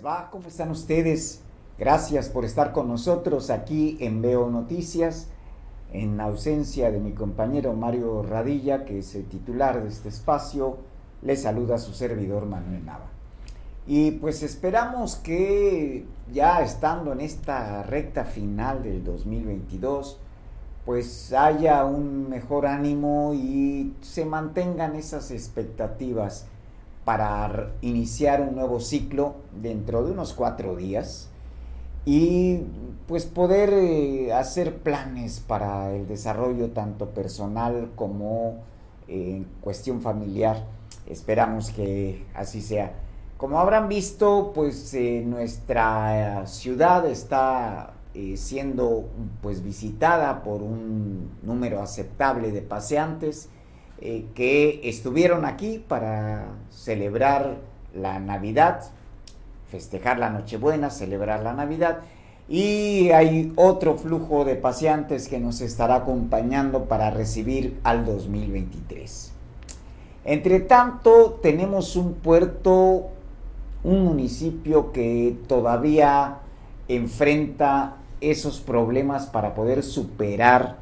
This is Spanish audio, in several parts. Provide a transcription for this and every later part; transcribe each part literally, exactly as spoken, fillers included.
va? ¿Cómo están ustedes? Gracias por estar con nosotros aquí en Veo Noticias, en ausencia de mi compañero Mario Radilla, que es el titular de este espacio. Le saluda a su servidor Manuel Nava. Y pues esperamos que ya estando en esta recta final del dos mil veintidós, pues haya un mejor ánimo y se mantengan esas expectativas para iniciar un nuevo ciclo dentro de unos cuatro días y pues poder eh, hacer planes para el desarrollo tanto personal como eh, en cuestión familiar. Esperamos que así sea. Como habrán visto, pues eh, nuestra ciudad está eh, siendo pues visitada por un número aceptable de paseantes eh, que estuvieron aquí para celebrar la Navidad, festejar la Nochebuena, celebrar la Navidad, y hay otro flujo de paseantes que nos estará acompañando para recibir al dos mil veintitrés. Entre tanto, tenemos un puerto, un municipio que todavía enfrenta esos problemas para poder superar,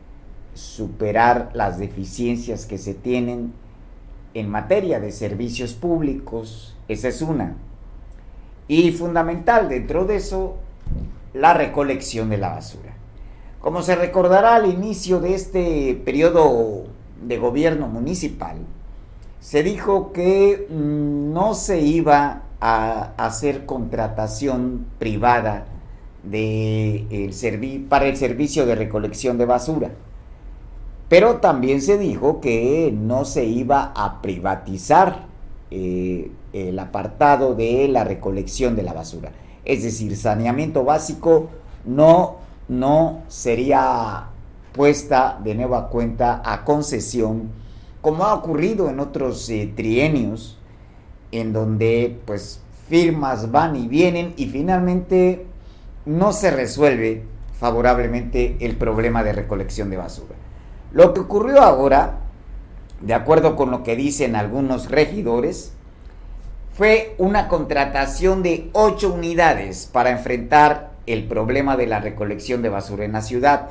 superar las deficiencias que se tienen en materia de servicios públicos. Esa es una. Y fundamental dentro de eso, la recolección de la basura. Como se recordará al inicio de este periodo de gobierno municipal, se dijo que no se iba a hacer contratación privada de el servi- para el servicio de recolección de basura. Pero también se dijo que no se iba a privatizar eh, el apartado de la recolección de la basura. Es decir, saneamiento básico no, no sería puesta de nueva cuenta a concesión, como ha ocurrido en otros eh, trienios, en donde pues firmas van y vienen y finalmente no se resuelve favorablemente el problema de recolección de basura. Lo que ocurrió ahora, de acuerdo con lo que dicen algunos regidores, fue una contratación de ocho unidades para enfrentar el problema de la recolección de basura en la ciudad.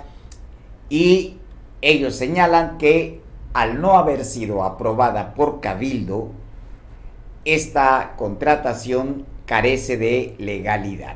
Y ellos señalan que al no haber sido aprobada por Cabildo, esta contratación carece de legalidad.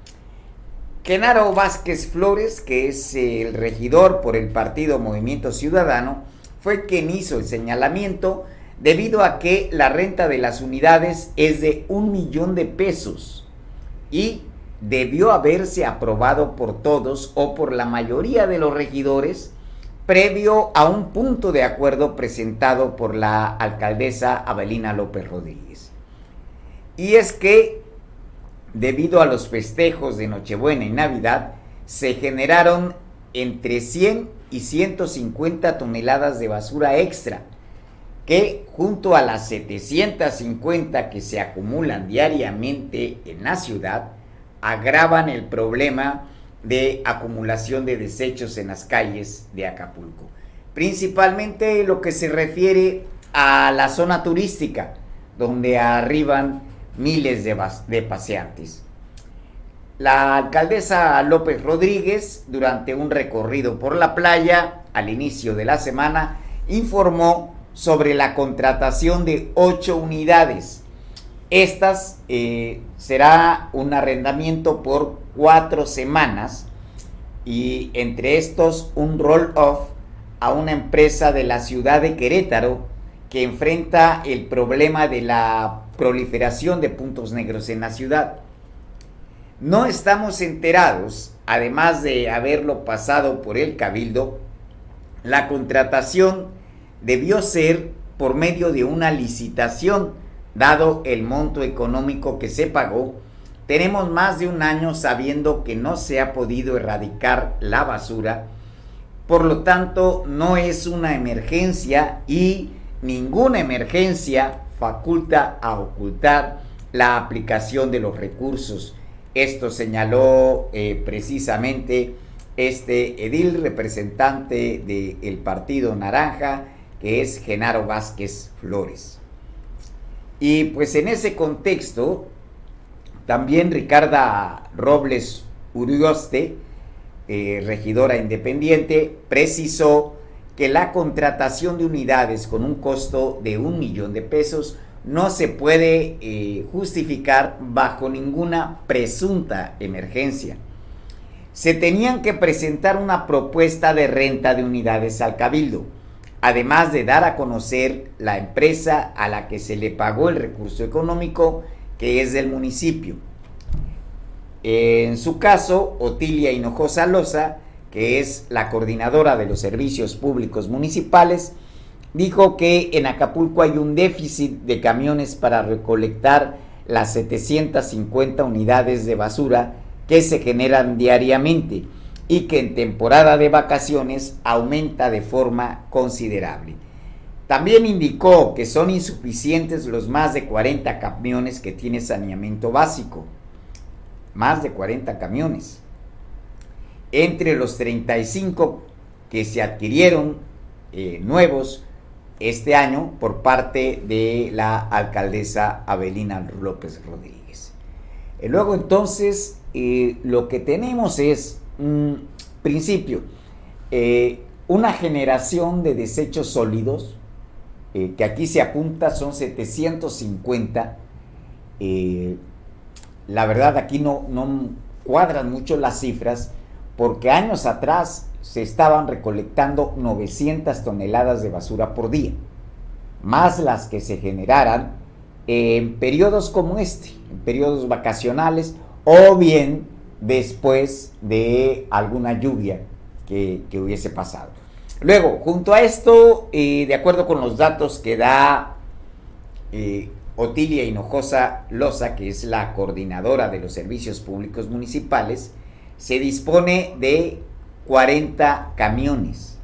Genaro Vázquez Flores, que es el regidor por el partido Movimiento Ciudadano, fue quien hizo el señalamiento debido a que la renta de las unidades es de un millón de pesos y debió haberse aprobado por todos o por la mayoría de los regidores previo a un punto de acuerdo presentado por la alcaldesa Abelina López Rodríguez. Y es que debido a los festejos de Nochebuena y Navidad, se generaron entre cien y ciento cincuenta toneladas de basura extra, que junto a las setecientas cincuenta que se acumulan diariamente en la ciudad, agravan el problema de acumulación de desechos en las calles de Acapulco. Principalmente lo que se refiere a la zona turística, donde arriban miles de, de paseantes. La alcaldesa López Rodríguez, durante un recorrido por la playa al inicio de la semana, informó sobre la contratación de ocho unidades. Estas eh, será un arrendamiento por cuatro semanas y entre estos un roll-off a una empresa de la ciudad de Querétaro que enfrenta el problema de la proliferación de puntos negros en la ciudad. No estamos enterados, además de haberlo pasado por el Cabildo, la contratación debió ser por medio de una licitación, dado el monto económico que se pagó. Tenemos más de un año sabiendo que no se ha podido erradicar la basura, por lo tanto no es una emergencia y ninguna emergencia faculta a ocultar la aplicación de los recursos. Esto señaló eh, precisamente este edil representante del Partido Naranja, que es Genaro Vázquez Flores. Y pues en ese contexto, También Ricarda Robles Urioste, eh, regidora independiente, precisó que la contratación de unidades con un costo de un millón de pesos no se puede eh, justificar bajo ninguna presunta emergencia. Se tenían que presentar una propuesta de renta de unidades al Cabildo, además de dar a conocer la empresa a la que se le pagó el recurso económico, que es del municipio. En su caso, Otilia Hinojosa Loza, que es la coordinadora de los servicios públicos municipales, dijo que en Acapulco hay un déficit de camiones para recolectar las setecientas cincuenta unidades de basura que se generan diariamente y que en temporada de vacaciones aumenta de forma considerable. También indicó que son insuficientes los más de cuarenta camiones que tiene saneamiento básico. Más de cuarenta camiones. Entre los treinta y cinco que se adquirieron eh, nuevos este año por parte de la alcaldesa Avelina López Rodríguez. Eh, luego entonces eh, lo que tenemos es un principio, eh, una generación de desechos sólidos, eh, que aquí se apunta son setecientos cincuenta. Eh, la verdad aquí no, no cuadran mucho las cifras, porque años atrás se estaban recolectando novecientas toneladas de basura por día, más las que se generaran en periodos como este, en periodos vacacionales o bien después de alguna lluvia que, que hubiese pasado. Luego, junto a esto, eh, de acuerdo con los datos que da eh, Otilia Hinojosa Loza, que es la coordinadora de los servicios públicos municipales, se dispone de cuarenta camiones.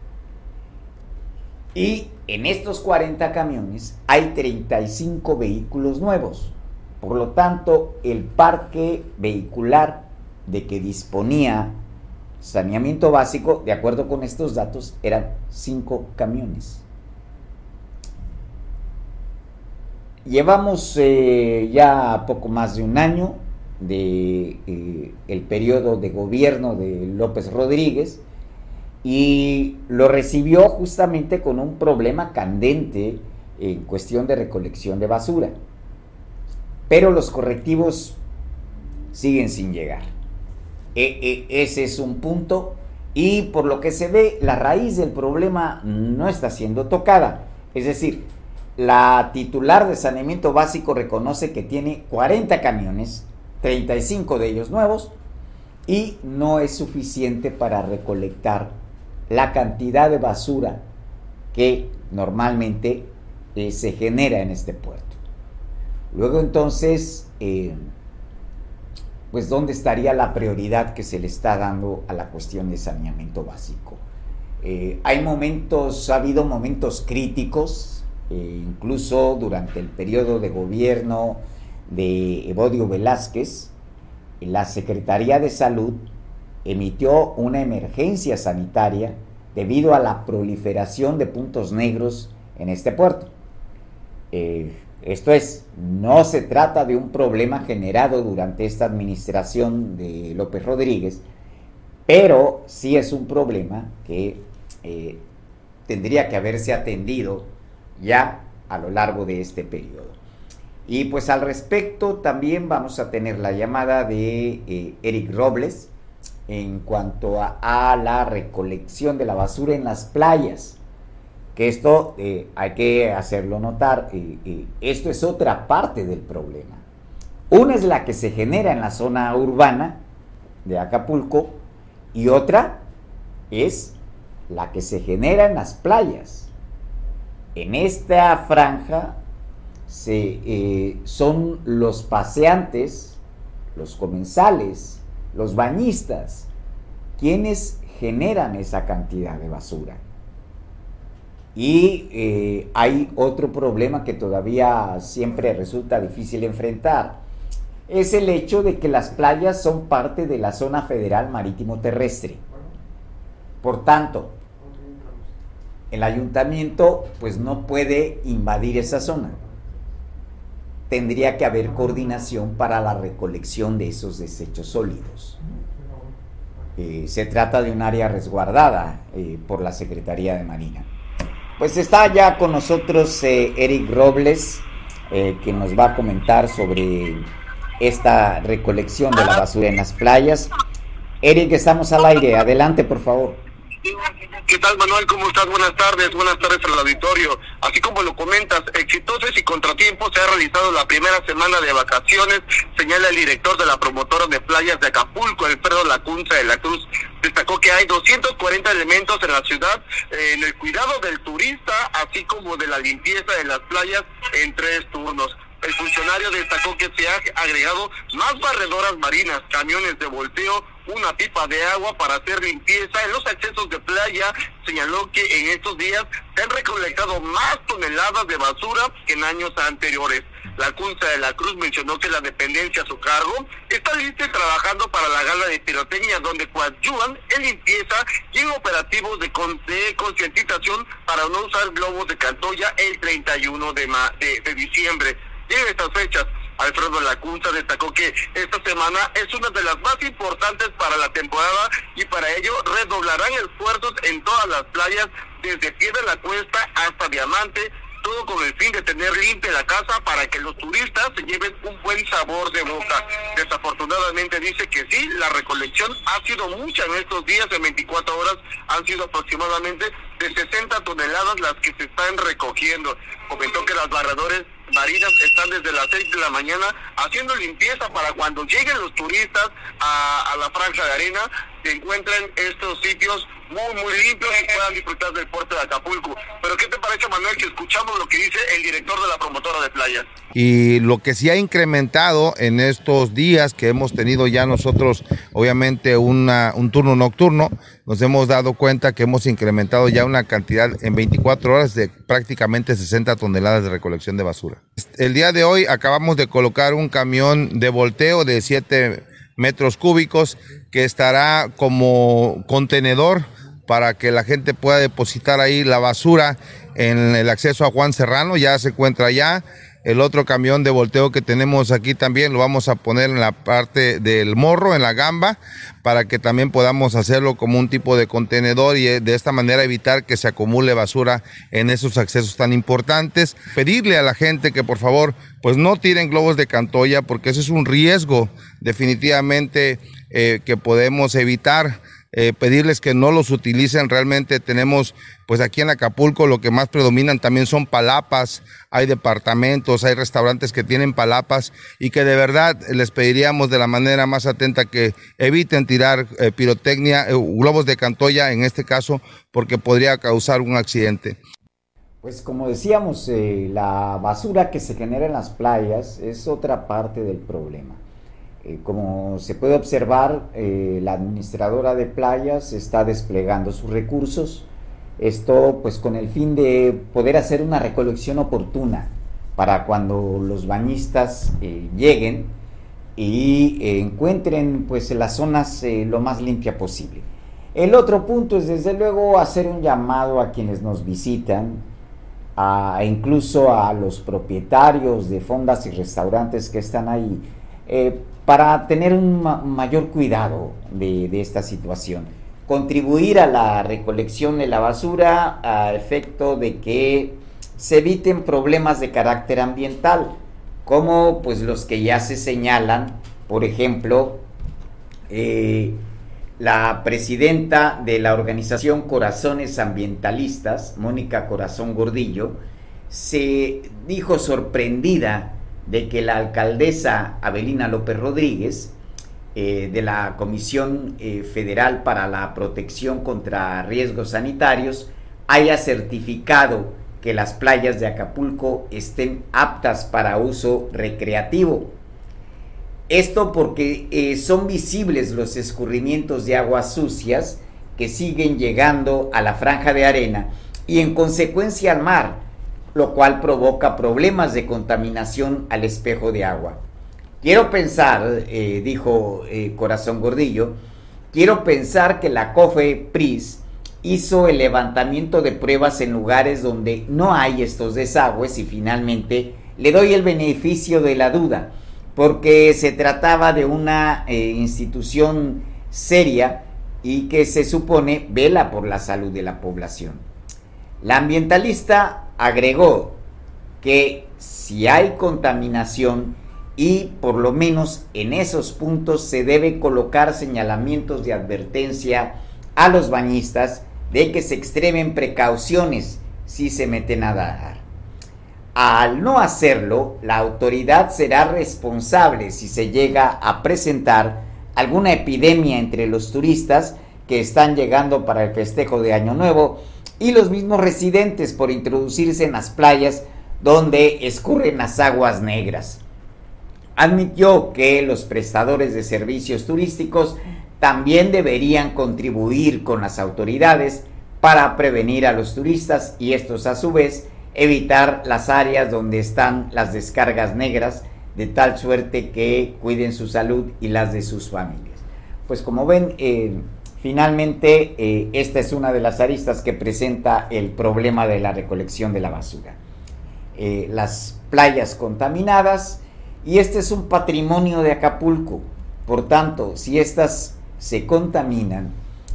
Y en estos cuarenta camiones hay treinta y cinco vehículos nuevos. Por lo tanto, el parque vehicular de que disponía saneamiento básico, de acuerdo con estos datos, eran cinco camiones. Llevamos eh, ya poco más de un año de eh, el periodo de gobierno de López Rodríguez, y lo recibió justamente con un problema candente en cuestión de recolección de basura, pero los correctivos siguen sin llegar. E, e, ese es un punto, y por lo que se ve, la raíz del problema no está siendo tocada. Es decir, la titular de saneamiento básico reconoce que tiene cuarenta camiones, treinta y cinco de ellos nuevos, y no es suficiente para recolectar la cantidad de basura que normalmente eh, se genera en este puerto. Luego entonces, eh, pues ¿dónde estaría la prioridad que se le está dando a la cuestión de saneamiento básico? Eh, hay momentos, ha habido momentos críticos, eh, incluso durante el periodo de gobierno de Evodio Velázquez, la Secretaría de Salud emitió una emergencia sanitaria debido a la proliferación de puntos negros en este puerto. Eh, esto es, no se trata de un problema generado durante esta administración de López Rodríguez, pero sí es un problema que eh, tendría que haberse atendido ya a lo largo de este periodo. Y pues al respecto también vamos a tener la llamada de eh, Eric Robles en cuanto a, a la recolección de la basura en las playas, que esto eh, hay que hacerlo notar, eh, eh, esto es otra parte del problema. Una es la que se genera en la zona urbana de Acapulco y otra es la que se genera en las playas. En esta franja se, eh, son los paseantes, los comensales, los bañistas, quienes generan esa cantidad de basura. Y eh, hay otro problema que todavía siempre resulta difícil enfrentar. Es el hecho de que las playas son parte de la zona federal marítimo terrestre. Por tanto, el ayuntamiento pues no puede invadir esa zona. tendría que haber coordinación para la recolección de esos desechos sólidos. Eh, se trata de un área resguardada eh, por la Secretaría de Marina. Pues está ya con nosotros eh, Eric Robles, eh, que nos va a comentar sobre esta recolección de la basura en las playas. Eric, estamos al aire, adelante por favor. ¿Qué tal, Manuel? ¿Cómo estás? Buenas tardes, buenas tardes al auditorio. Así como lo comentas, exitosos y contratiempos, se ha realizado la primera semana de vacaciones, señala el director de la promotora de playas de Acapulco, Alfredo Lacunza de la Cruz. Destacó que hay doscientos cuarenta elementos en la ciudad eh, en el cuidado del turista, así como de la limpieza de las playas en tres turnos. El funcionario destacó que se ha agregado más barredoras marinas, camiones de volteo, una pipa de agua para hacer limpieza en los accesos de playa. Señaló que en estos días se han recolectado más toneladas de basura que en años anteriores. La Cunza de la Cruz mencionó que la dependencia a su cargo está lista y trabajando para la gala de pirotecnia, donde coadyuvan en limpieza y en operativos de, con, de concientización para no usar globos de Cantoya el treinta y uno de, ma, de, de diciembre. Y en estas fechas, Alfredo Lacunza destacó que esta semana es una de las más importantes para la temporada y para ello redoblarán esfuerzos en todas las playas, desde Piedra de la Cuesta hasta Diamante, todo con el fin de tener limpia la casa para que los turistas se lleven un buen sabor de boca. Desafortunadamente dice que sí, la recolección ha sido mucha en estos días, en veinticuatro horas han sido aproximadamente de sesenta toneladas las que se están recogiendo. Comentó que las barredores marinas están desde las seis de la mañana haciendo limpieza para cuando lleguen los turistas a, a la franja de arena, se encuentren estos sitios muy muy limpios y puedan disfrutar del puerto de Acapulco. Pero ¿qué te parece, Manuel, que escuchamos lo que dice el director de la promotora de playas? Y lo que sí ha incrementado en estos días que hemos tenido ya nosotros, obviamente una, un turno nocturno, nos hemos dado cuenta que hemos incrementado ya una cantidad en veinticuatro horas de prácticamente sesenta toneladas de recolección de basura. El día de hoy acabamos de colocar un camión de volteo de siete metros cúbicos que estará como contenedor para que la gente pueda depositar ahí la basura en el acceso a Juan Serrano, ya se encuentra allá. El otro camión de volteo que tenemos aquí también lo vamos a poner en la parte del morro, en la gamba, para que también podamos hacerlo como un tipo de contenedor y de esta manera evitar que se acumule basura en esos accesos tan importantes. Pedirle a la gente que por favor pues no tiren globos de Cantoya, porque eso es un riesgo definitivamente eh, que podemos evitar. Eh, pedirles que no los utilicen. Realmente tenemos, pues aquí en Acapulco lo que más predominan también son palapas, hay departamentos, hay restaurantes que tienen palapas y que de verdad les pediríamos de la manera más atenta que eviten tirar eh, pirotecnia, eh, globos de Cantoya en este caso, porque podría causar un accidente. Pues como decíamos, eh, la basura que se genera en las playas es otra parte del problema. Eh, como se puede observar, eh, la administradora de playas está desplegando sus recursos, esto pues con el fin de poder hacer una recolección oportuna para cuando los bañistas eh, lleguen y eh, encuentren pues las zonas eh, lo más limpia posible. El otro punto es desde luego hacer un llamado a quienes nos visitan, a, incluso a los propietarios de fondas y restaurantes que están ahí, eh, para tener un ma- mayor cuidado de, de esta situación. Contribuir a la recolección de la basura a efecto de que se eviten problemas de carácter ambiental, como pues los que ya se señalan, por ejemplo, eh, la presidenta de la organización Corazones Ambientalistas, Mónica Corazón Gordillo, se dijo sorprendida de que la alcaldesa Avelina López Rodríguez, eh, de la Comisión eh, Federal para la Protección contra Riesgos Sanitarios, haya certificado que las playas de Acapulco estén aptas para uso recreativo. Esto porque eh, son visibles los escurrimientos de aguas sucias que siguen llegando a la franja de arena y en consecuencia al mar, lo cual provoca problemas de contaminación al espejo de agua. Quiero pensar, eh, dijo eh, Corazón Gordillo, quiero pensar que la COFEPRIS hizo el levantamiento de pruebas en lugares donde no hay estos desagües y finalmente le doy el beneficio de la duda, porque se trataba de una eh, institución seria y que se supone vela por la salud de la población. La ambientalista agregó que si hay contaminación y por lo menos en esos puntos se debe colocar señalamientos de advertencia a los bañistas de que se extremen precauciones si se meten a nadar. Al no hacerlo, la autoridad será responsable si se llega a presentar alguna epidemia entre los turistas que están llegando para el festejo de Año Nuevo y los mismos residentes por introducirse en las playas donde escurren las aguas negras. Admitió que los prestadores de servicios turísticos también deberían contribuir con las autoridades para prevenir a los turistas y estos a su vez evitar las áreas donde están las descargas negras, de tal suerte que cuiden su salud y las de sus familias. Pues como ven, eh, finalmente eh, esta es una de las aristas que presenta el problema de la recolección de la basura. Eh, las playas contaminadas, y este es un patrimonio de Acapulco. Por tanto, si estas se contaminan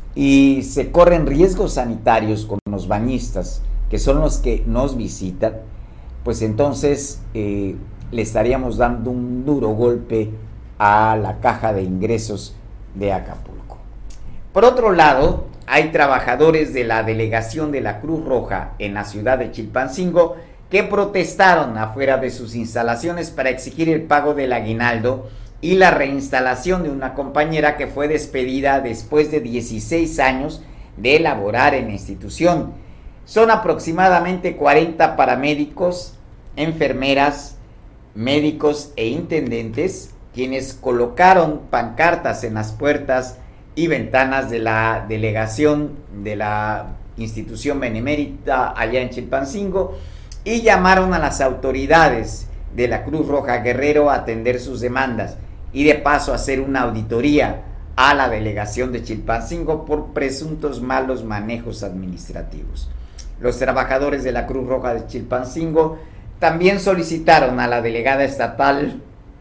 y se corren riesgos sanitarios con los bañistas, que son los que nos visitan, pues entonces eh, le estaríamos dando un duro golpe a la caja de ingresos de Acapulco. Por otro lado, hay trabajadores de la delegación de la Cruz Roja en la ciudad de Chilpancingo que protestaron afuera de sus instalaciones para exigir el pago del aguinaldo y la reinstalación de una compañera que fue despedida después de dieciséis años de laborar en la institución. Son aproximadamente cuarenta paramédicos, enfermeras, médicos e intendentes quienes colocaron pancartas en las puertas y ventanas de la delegación de la institución benemérita allá en Chilpancingo y llamaron a las autoridades de la Cruz Roja Guerrero a atender sus demandas y de paso hacer una auditoría a la delegación de Chilpancingo por presuntos malos manejos administrativos. Los trabajadores de la Cruz Roja de Chilpancingo también solicitaron a la delegada estatal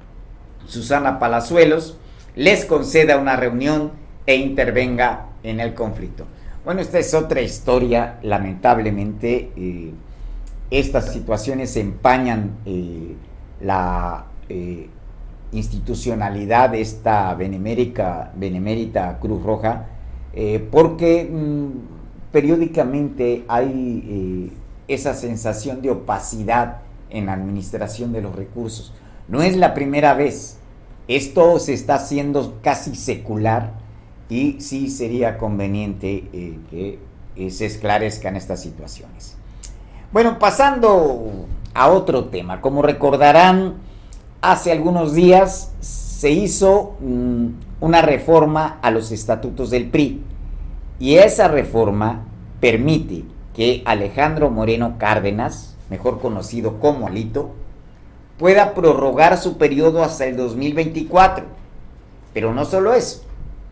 Susana Palazuelos les conceda una reunión e intervenga en el conflicto. Bueno, esta es otra historia, lamentablemente. Eh, estas situaciones empañan eh, la eh, institucionalidad de esta benemérita, benemérita Cruz Roja, eh, porque mmm, periódicamente hay eh, esa sensación de opacidad en la administración de los recursos. No es la primera vez, esto se está haciendo casi secular y sí sería conveniente eh, que eh, se esclarezcan estas situaciones. Bueno, pasando a otro tema, como recordarán, hace algunos días se hizo mmm, una reforma a los estatutos del P R I y esa reforma permite que Alejandro Moreno Cárdenas, mejor conocido como Alito, pueda prorrogar su periodo hasta el dos mil veinticuatro. Pero no solo eso.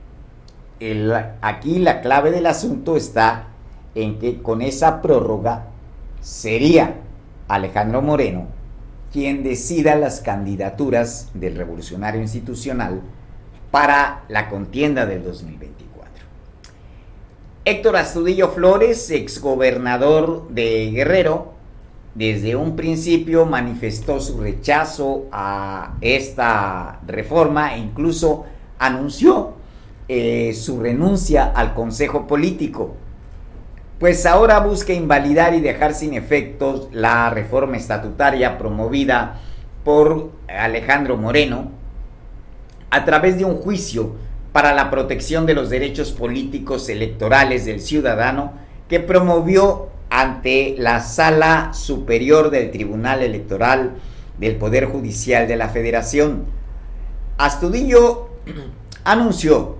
El, aquí la clave del asunto está en que con esa prórroga sería Alejandro Moreno quien decida las candidaturas del Revolucionario Institucional para la contienda del dos mil veinticuatro. Héctor Astudillo Flores, exgobernador de Guerrero, desde un principio manifestó su rechazo a esta reforma e incluso anunció eh, su renuncia al Consejo Político. Pues ahora busca invalidar y dejar sin efectos la reforma estatutaria promovida por Alejandro Moreno a través de un juicio para la protección de los derechos políticos electorales del ciudadano que promovió ante la Sala Superior del Tribunal Electoral del Poder Judicial de la Federación. Astudillo anunció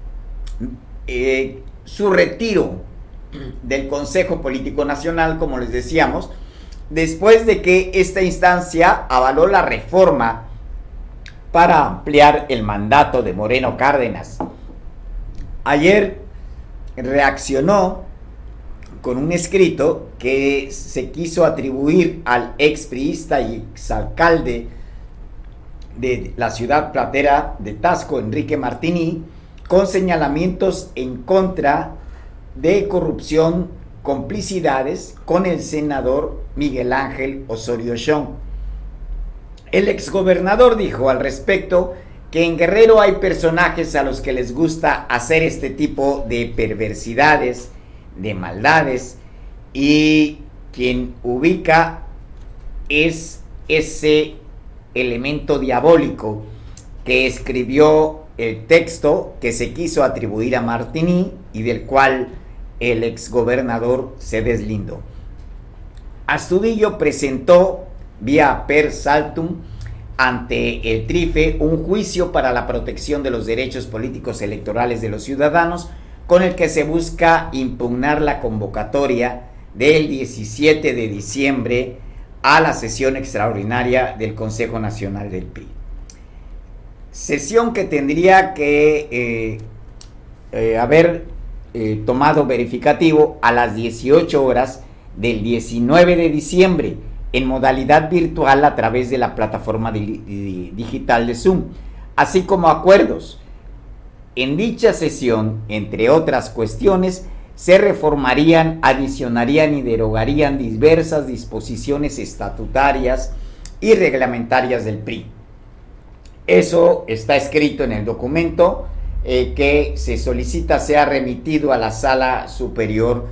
eh, su retiro del Consejo Político Nacional, como les decíamos, después de que esta instancia avaló la reforma para ampliar el mandato de Moreno Cárdenas. Ayer reaccionó con un escrito que se quiso atribuir al expriista y exalcalde de la ciudad platera de Tasco, Enrique Martini, con señalamientos en contra de corrupción, complicidades con el senador Miguel Ángel Osorio Chong. El exgobernador dijo al respecto que en Guerrero hay personajes a los que les gusta hacer este tipo de perversidades, de maldades, y quien ubica es ese elemento diabólico que escribió el texto que se quiso atribuir a Martini y del cual el exgobernador se deslindó. Astudillo presentó vía per saltum ante el TRIFE un juicio para la protección de los derechos políticos electorales de los ciudadanos, con el que se busca impugnar la convocatoria del diecisiete de diciembre a la sesión extraordinaria del Consejo Nacional del P R I. Sesión que tendría que eh, eh, haber eh, tomado verificativo a las dieciocho horas del diecinueve de diciembre en modalidad virtual a través de la plataforma di- di- digital de Zoom, así como acuerdos. En dicha sesión, entre otras cuestiones, se reformarían, adicionarían y derogarían diversas disposiciones estatutarias y reglamentarias del P R I. Eso está escrito en el documento eh, que se solicita sea remitido a la Sala Superior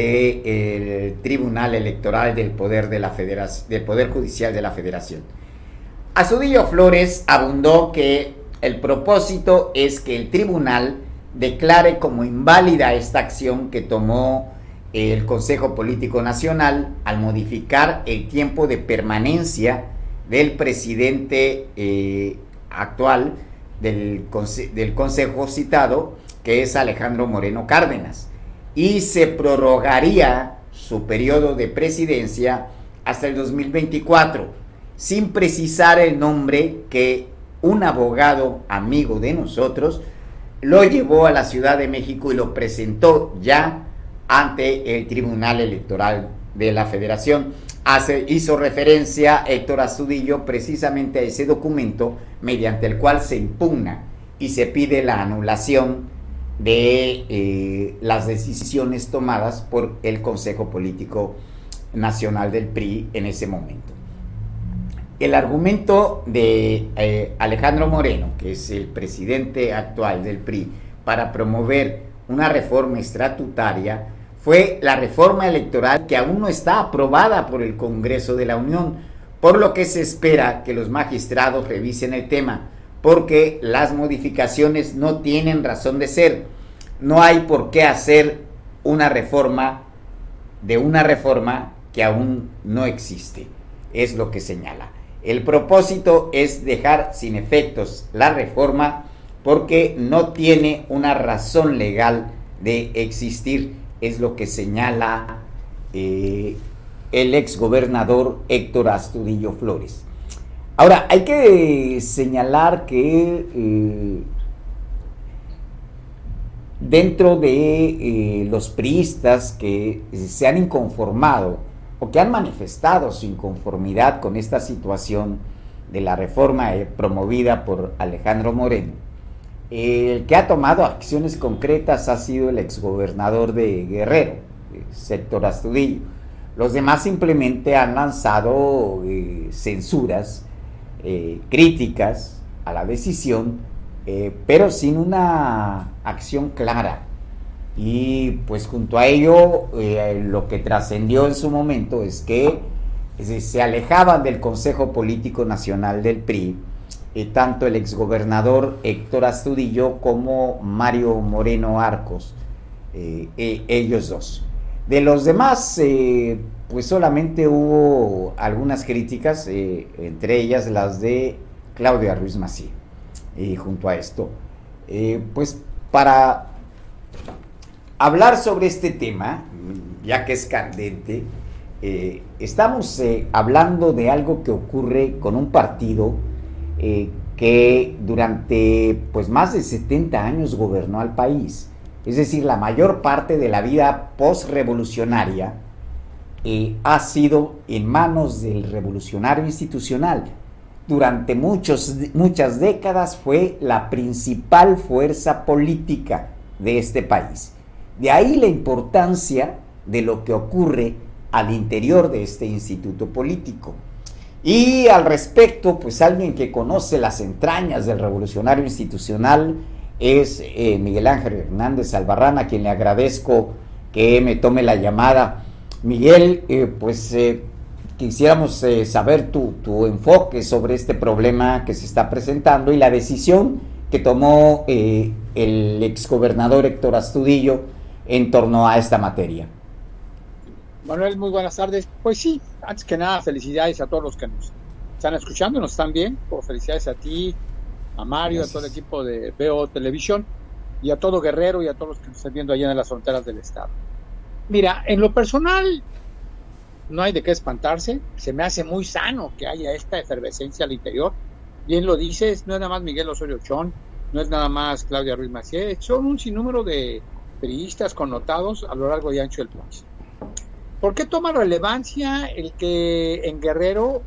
del Tribunal Electoral del Poder, de la Federación, del Poder Judicial de la Federación. Astudillo Flores abundó que el propósito es que el tribunal declare como inválida esta acción que tomó el Consejo Político Nacional al modificar el tiempo de permanencia del presidente eh, actual del, conse- del Consejo citado, que es Alejandro Moreno Cárdenas, y se prorrogaría su periodo de presidencia hasta el dos mil veinticuatro, sin precisar el nombre que un abogado amigo de nosotros lo llevó a la Ciudad de México y lo presentó ya ante el Tribunal Electoral de la Federación. Hace, hizo referencia Héctor Astudillo precisamente a ese documento mediante el cual se impugna y se pide la anulación de eh, las decisiones tomadas por el Consejo Político Nacional del P R I en ese momento. El argumento de eh, Alejandro Moreno, que es el presidente actual del P R I, para promover una reforma estatutaria fue la reforma electoral que aún no está aprobada por el Congreso de la Unión, por lo que se espera que los magistrados revisen el tema, porque las modificaciones no tienen razón de ser. No hay por qué hacer una reforma de una reforma que aún no existe, es lo que señala. El propósito es dejar sin efectos la reforma porque no tiene una razón legal de existir, es lo que señala eh, el exgobernador Héctor Astudillo Flores. Ahora, hay que señalar que eh, dentro de eh, los priistas que se han inconformado o que han manifestado su inconformidad con esta situación de la reforma eh, promovida por Alejandro Moreno, el que ha tomado acciones concretas ha sido el exgobernador de Guerrero, Héctor Astudillo. Los demás simplemente han lanzado eh, censuras, eh, críticas a la decisión, eh, pero sin una acción clara. Y pues junto a ello, eh, lo que trascendió en su momento es que eh, se alejaban del Consejo Político Nacional del P R I, eh, tanto el exgobernador Héctor Astudillo como Mario Moreno Arcos, eh, eh, ellos dos. De los demás, eh, pues solamente hubo algunas críticas, eh, entre ellas las de Claudia Ruiz Massieu. Y junto a esto, eh, pues para hablar sobre este tema, ya que es candente, eh, estamos eh, hablando de algo que ocurre con un partido eh, que durante pues más de setenta años gobernó al país, Es decir, la mayor parte de la vida postrevolucionaria eh, ha sido en manos del revolucionario institucional. Durante muchos, muchas décadas fue la principal fuerza política de este país. De ahí la importancia de lo que ocurre al interior de este instituto político. Y al respecto, pues alguien que conoce las entrañas del revolucionario institucional es eh, Miguel Ángel Hernández Albarrán, a quien le agradezco que me tome la llamada. Miguel, eh, pues eh, quisiéramos eh, saber tu, tu enfoque sobre este problema que se está presentando y la decisión que tomó eh, el exgobernador Héctor Astudillo en torno a esta materia. Manuel, muy buenas tardes. Pues sí, antes que nada, felicidades a todos los que nos están escuchando, nos están bien. Pues felicidades a ti, a Mario, Gracias. A todo el equipo de V O Televisión y a todo Guerrero y a todos los que nos están viendo allá en las fronteras del estado. Mira, en lo personal, no hay de qué espantarse. Se me hace muy sano que haya esta efervescencia al interior. Bien lo dices, no es nada más Miguel Osorio Chong, no es nada más Claudia Ruiz Massieu, son un sinnúmero de periodistas connotados a lo largo y ancho del país. ¿Por qué toma relevancia el que en Guerrero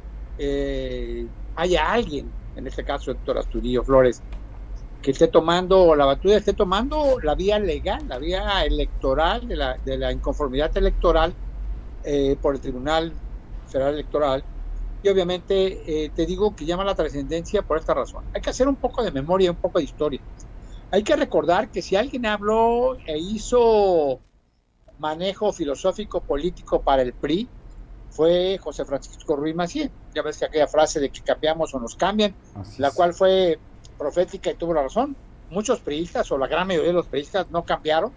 eh, haya alguien, en este caso Héctor Astudillo Flores, que esté tomando la batuta, esté tomando la vía legal, la vía electoral, de la, de la inconformidad electoral eh, por el Tribunal Federal Electoral? Y obviamente eh, te digo que llama la trascendencia por esta razón. Hay que hacer un poco de memoria, un poco de historia. Hay que recordar que si alguien habló e hizo manejo filosófico político para el P R I, fue José Francisco Ruiz Massieu. Ya ves que aquella frase de que cambiamos o nos cambian, la cual fue profética y tuvo la razón. Muchos priistas, o la gran mayoría de los priistas, no cambiaron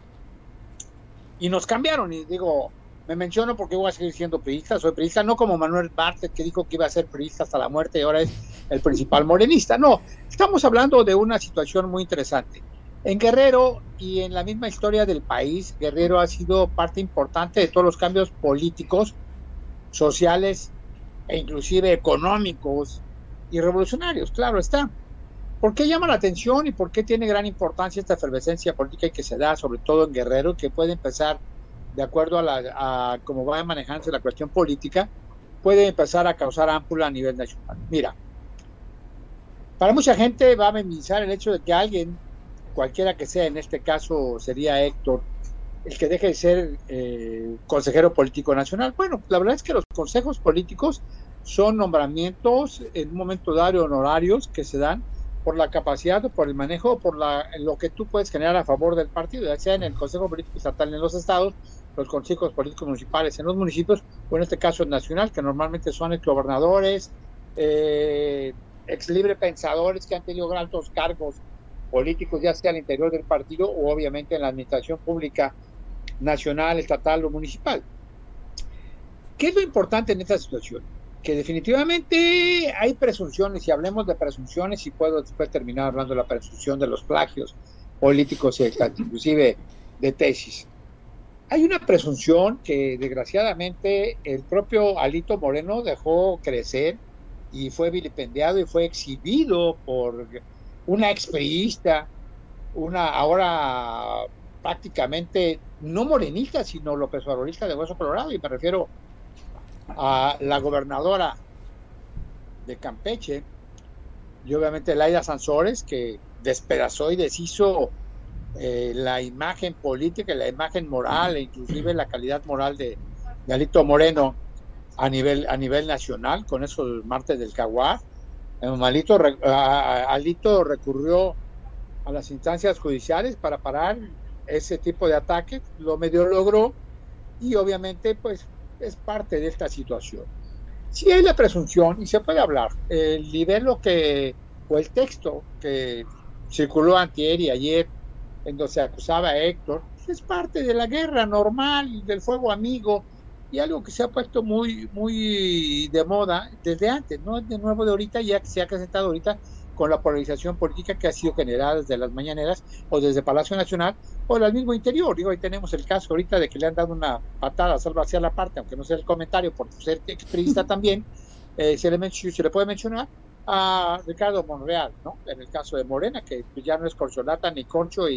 y nos cambiaron. Y digo, me menciono porque voy a seguir siendo priista, soy priista, no como Manuel Bartlett, que dijo que iba a ser priista hasta la muerte y ahora es el principal morenista. No, estamos hablando de una situación muy interesante. En Guerrero y en la misma historia del país, Guerrero ha sido parte importante de todos los cambios políticos, sociales e inclusive económicos y revolucionarios, claro está. ¿Por qué llama la atención y por qué tiene gran importancia esta efervescencia política que se da, sobre todo en Guerrero, que puede empezar, de acuerdo a, la, a cómo va manejándose la cuestión política, puede empezar a causar ámpula a nivel nacional? Mira, para mucha gente va a minimizar el hecho de que alguien, cualquiera que sea, en este caso sería Héctor, el que deje de ser eh, consejero político nacional. Bueno, la verdad es que los consejos políticos son nombramientos en un momento dado honorarios que se dan por la capacidad o por el manejo, por la, lo que tú puedes generar a favor del partido, ya sea en el Consejo Político Estatal en los estados, los consejos políticos municipales en los municipios, o en este caso el nacional, que normalmente son exgobernadores, eh, ex libre pensadores que han tenido altos cargos políticos, ya sea al interior del partido o obviamente en la administración pública nacional, estatal o municipal. ¿Qué es lo importante en esta situación? Que definitivamente hay presunciones, y hablemos de presunciones, y puedo después terminar hablando de la presunción de los plagios políticos y inclusive de tesis. Hay una presunción que desgraciadamente el propio Alito Moreno dejó crecer y fue vilipendiado y fue exhibido por una expriista, una ahora prácticamente no morenista, sino López Obradorista de hueso colorado, y me refiero a la gobernadora de Campeche, y obviamente Laida Sansores, que despedazó y deshizo eh, la imagen política, la imagen moral e inclusive la calidad moral de, de Alito Moreno a nivel, a nivel nacional con esos martes del Jaguar. Alito, Alito recurrió a las instancias judiciales para parar ese tipo de ataques, lo medio logró, y obviamente pues es parte de esta situación. Si hay la presunción, y se puede hablar, el libelo que, o el texto que circuló antier y ayer, en donde se acusaba a Héctor, es parte de la guerra normal, del fuego amigo, y algo que se ha puesto muy muy de moda desde antes, no es de nuevo de ahorita, ya que se ha presentado ahorita con la polarización política que ha sido generada desde las mañaneras o desde Palacio Nacional o del mismo interior. Digo, ahí tenemos el caso ahorita de que le han dado una patada a Salva hacia la parte, aunque no sea el comentario, por ser expriista también, eh, se, le se le puede mencionar a Ricardo Monreal, ¿no? En el caso de Morena, que ya no es corcholata ni corcho y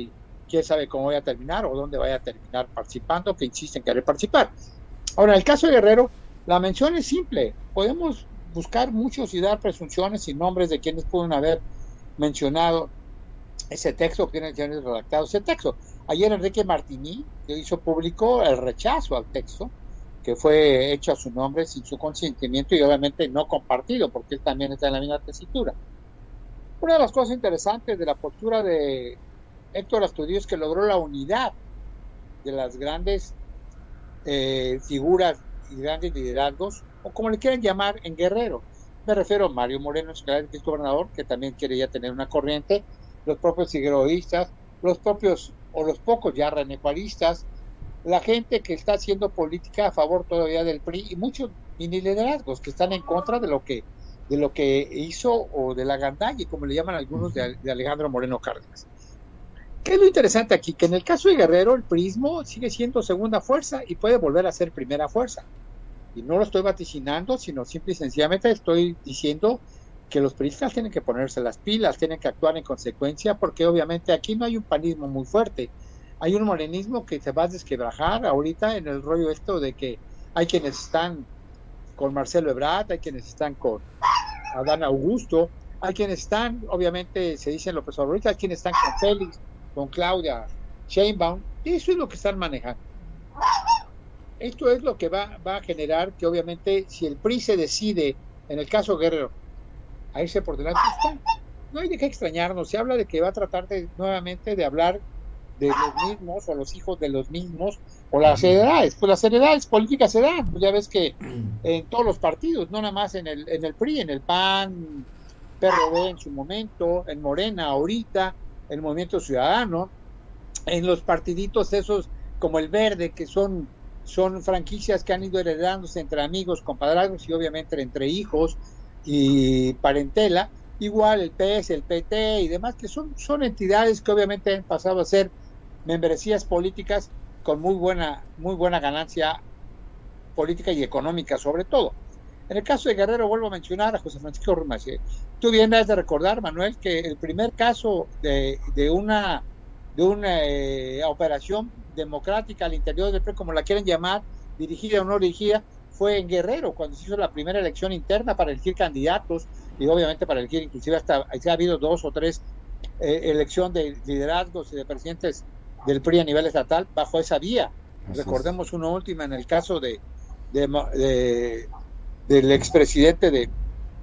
quién sabe cómo vaya a terminar o dónde vaya a terminar participando, que insiste en querer participar. Ahora, en el caso de Guerrero, la mención es simple. Podemos buscar muchos y dar presunciones y nombres de quienes pueden haber mencionado ese texto, que tienen que haber redactado ese texto. Ayer Enrique Martini hizo público el rechazo al texto, que fue hecho a su nombre sin su consentimiento y obviamente no compartido, porque él también está en la misma tesitura. Una de las cosas interesantes de la postura de Héctor Astudillo es que logró la unidad de las grandes eh, figuras y grandes liderazgos, o como le quieran llamar, en Guerrero. Me refiero a Mario Moreno, que es gobernador, que también quiere ya tener una corriente, los propios figueroístas, los propios o los pocos ya renecuaristas, la gente que está haciendo política a favor todavía del P R I y muchos mini liderazgos que están en contra de lo que de lo que hizo o de la gandalla, como le llaman algunos, de, de Alejandro Moreno Cárdenas. ¿Qué es lo interesante aquí? Que en el caso de Guerrero el PRIismo sigue siendo segunda fuerza y puede volver a ser primera fuerza. Y no lo estoy vaticinando, sino simple y sencillamente estoy diciendo que los priistas tienen que ponerse las pilas, tienen que actuar en consecuencia, porque obviamente aquí no hay un panismo muy fuerte. Hay un morenismo que se va a desquebrajar ahorita en el rollo esto de que hay quienes están con Marcelo Ebrard, hay quienes están con Adán Augusto, hay quienes están, obviamente se dicen López Obrador, hay quienes están con Félix, con Claudia Sheinbaum, y eso es lo que están manejando. Esto es lo que va, va a generar que obviamente si el P R I se decide, en el caso Guerrero, a irse por delante, está, no hay de qué extrañarnos. Se habla de que va a tratar de, nuevamente de hablar de los mismos o los hijos de los mismos o las heredades. Pues las heredades políticas se dan, pues ya ves que en todos los partidos, no nada más en el, en el P R I, en el P A N, P R D en su momento, en Morena ahorita, el Movimiento Ciudadano, en los partiditos esos como el Verde, que son, son franquicias que han ido heredándose entre amigos, compadrazgos y obviamente entre hijos y parentela, igual el P S, el P T y demás, que son, son entidades que obviamente han pasado a ser membresías políticas con muy buena, muy buena ganancia política y económica sobre todo. En el caso de Guerrero vuelvo a mencionar a José Francisco Ruiz Massieu. Tú bien has de recordar, Manuel, que el primer caso de, de una de una eh, operación democrática al interior del P R I, como la quieren llamar, dirigida o no dirigida, fue en Guerrero, cuando se hizo la primera elección interna para elegir candidatos y obviamente para elegir, inclusive hasta ha habido dos o tres eh, elección de liderazgos y de presidentes del P R I a nivel estatal bajo esa vía. Así Recordemos es. Una última en el caso de, de, de del expresidente de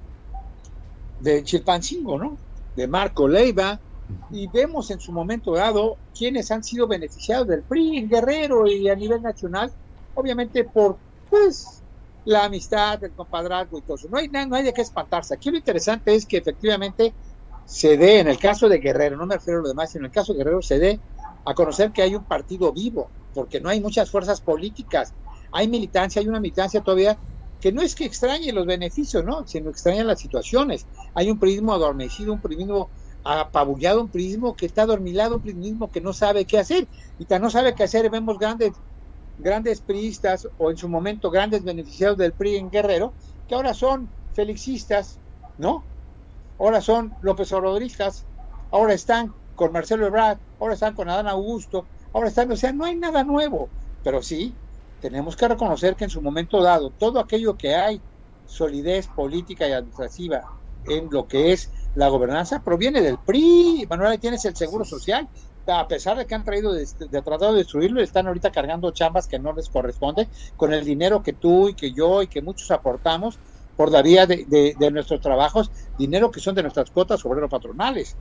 de Chilpancingo, ¿no? De Marco Leiva, y vemos en su momento dado quienes han sido beneficiados del P R I en Guerrero y a nivel nacional, obviamente por pues la amistad, el compadrazgo y todo eso. No hay, no hay de qué espantarse. Aquí lo interesante es que efectivamente se dé, en el caso de Guerrero, no me refiero a lo demás, sino en el caso de Guerrero se dé a conocer que hay un partido vivo, porque no hay muchas fuerzas políticas, hay militancia, hay una militancia todavía que no es que extrañe los beneficios, ¿no? Sino extraña las situaciones. Hay un prismo adormecido, un prismo apabullado, un prismo que está adormilado, un prismo que no sabe qué hacer, y tan no sabe qué hacer, vemos grandes grandes priistas o en su momento grandes beneficiados del P R I en Guerrero, que ahora son felixistas, ¿no? Ahora son López Obradoristas, ahora están con Marcelo Ebrard, ahora están con Adán Augusto, ahora están, o sea, no hay nada nuevo, pero sí, tenemos que reconocer que en su momento dado, todo aquello que hay, solidez política y administrativa en lo que es la gobernanza, proviene del P R I. Manuel, ahí tienes el Seguro Social, a pesar de que han traído de, de tratado de destruirlo, están ahorita cargando chambas que no les corresponde, con el dinero que tú y que yo y que muchos aportamos por la vía de, de, de nuestros trabajos, dinero que son de nuestras cuotas obrero-patronales.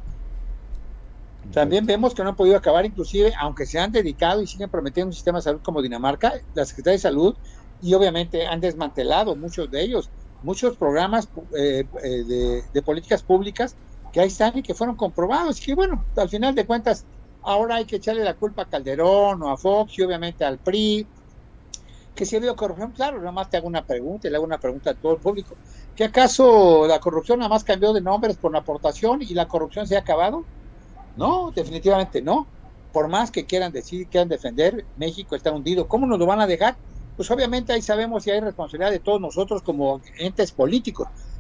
También vemos que no han podido acabar, inclusive, aunque se han dedicado y siguen prometiendo un sistema de salud como Dinamarca, la Secretaría de Salud, y obviamente han desmantelado muchos de ellos, muchos programas eh, eh, de, de políticas públicas que ahí están y que fueron comprobados, y que bueno, al final de cuentas, ahora hay que echarle la culpa a Calderón o a Fox y obviamente al P R I, que si ha habido corrupción. Claro, nada más te hago una pregunta y le hago una pregunta a todo el público. ¿Que acaso la corrupción nada más cambió de nombres por la aportación y la corrupción se ha acabado? No, definitivamente no. Por más que quieran decir, quieran defender, México está hundido. ¿Cómo nos lo van a dejar? Pues obviamente ahí sabemos si hay responsabilidad de todos nosotros como entes políticos.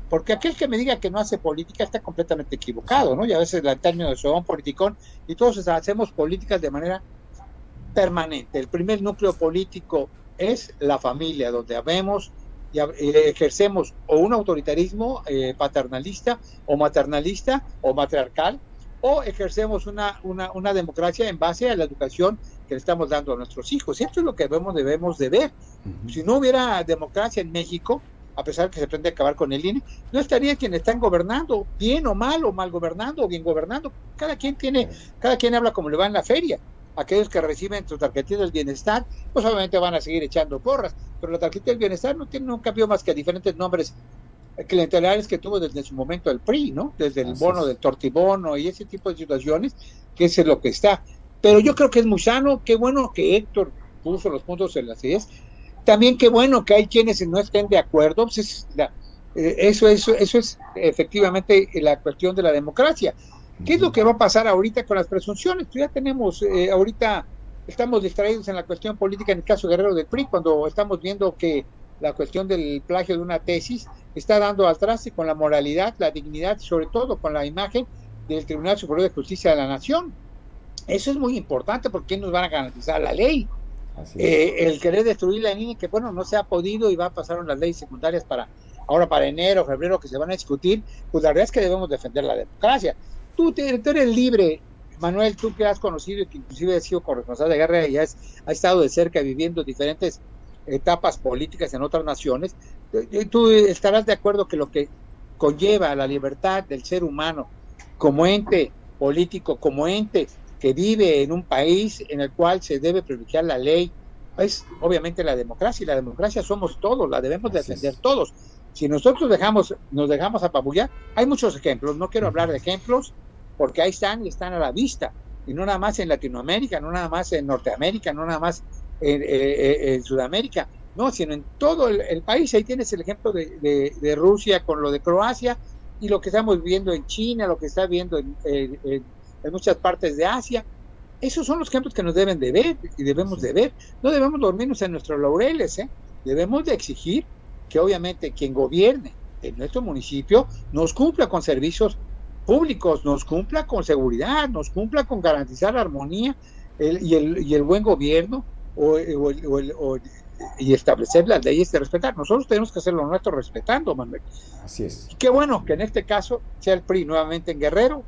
porque aquel que me diga que no hace política está completamente equivocado, ¿no? Y a veces el término de soy politicón, y todos hacemos políticas de manera permanente. El primer núcleo político es la familia, donde habemos y ejercemos o un autoritarismo eh, paternalista o maternalista o matriarcal, o ejercemos una, una, una democracia en base a la educación que le estamos dando a nuestros hijos. Esto es lo que debemos, debemos de ver. Uh-huh. Si no hubiera democracia en México, a pesar de que se pretende acabar con el I N E, no estaría quienes están gobernando, bien o mal, o mal gobernando, o bien gobernando. Cada quien tiene, cada quien habla como le va en la feria. Aquellos que reciben su tarjetita del bienestar, pues obviamente van a seguir echando porras, pero la tarjeta del bienestar no tiene un cambio más que diferentes nombres clientelares que tuvo desde su momento el P R I, ¿no? Desde el Así bono es. del tortibono y ese tipo de situaciones, que eso es lo que está. Pero yo creo que es muy sano, qué bueno que Héctor puso los puntos en las ideas, también qué bueno que hay quienes no estén de acuerdo, pues es la, eh, eso, eso, eso es efectivamente la cuestión de la democracia. ¿Qué es lo que va a pasar ahorita con las presunciones? Pues ya tenemos, eh, ahorita estamos distraídos en la cuestión política en el caso Guerrero del P R I, cuando estamos viendo que la cuestión del plagio de una tesis está dando al traste con la moralidad, la dignidad, sobre todo con la imagen del Tribunal Superior de Justicia de la Nación. Eso es muy importante porque nos van a garantizar la ley. Eh, el querer destruir la I N E, que bueno, no se ha podido y va a pasar las leyes secundarias para ahora para enero, febrero, que se van a discutir, pues la verdad es que debemos defender la democracia. Tú, tú eres libre, Manuel, tú que has conocido y que inclusive has sido corresponsal de guerra y has, has estado de cerca viviendo diferentes etapas políticas en otras naciones, tú estarás de acuerdo que lo que conlleva la libertad del ser humano como ente político, como ente que vive en un país en el cual se debe privilegiar la ley, es obviamente la democracia, y la democracia somos todos, la debemos defender todos. Si nosotros dejamos, nos dejamos apabullar, hay muchos ejemplos, no quiero hablar de ejemplos, porque ahí están y están a la vista, y no nada más en Latinoamérica, no nada más en Norteamérica, no nada más en, en, en Sudamérica, no, sino en todo el, el país. Ahí tienes el ejemplo de, de, de Rusia con lo de Croacia, y lo que estamos viendo en China, lo que está viendo en, en, en, en muchas partes de Asia. Esos son los ejemplos que nos deben de ver y debemos de ver. No debemos dormirnos en nuestros laureles, ¿eh? Debemos de exigir que obviamente quien gobierne en nuestro municipio nos cumpla con servicios públicos, nos cumpla con seguridad, nos cumpla con garantizar la armonía el, y, el, y el buen gobierno o, o, o, o, y establecer las leyes de respetar. Nosotros tenemos que hacer lo nuestro respetando, Manuel. Así es. Y qué bueno que en este caso sea el P R I nuevamente en Guerrero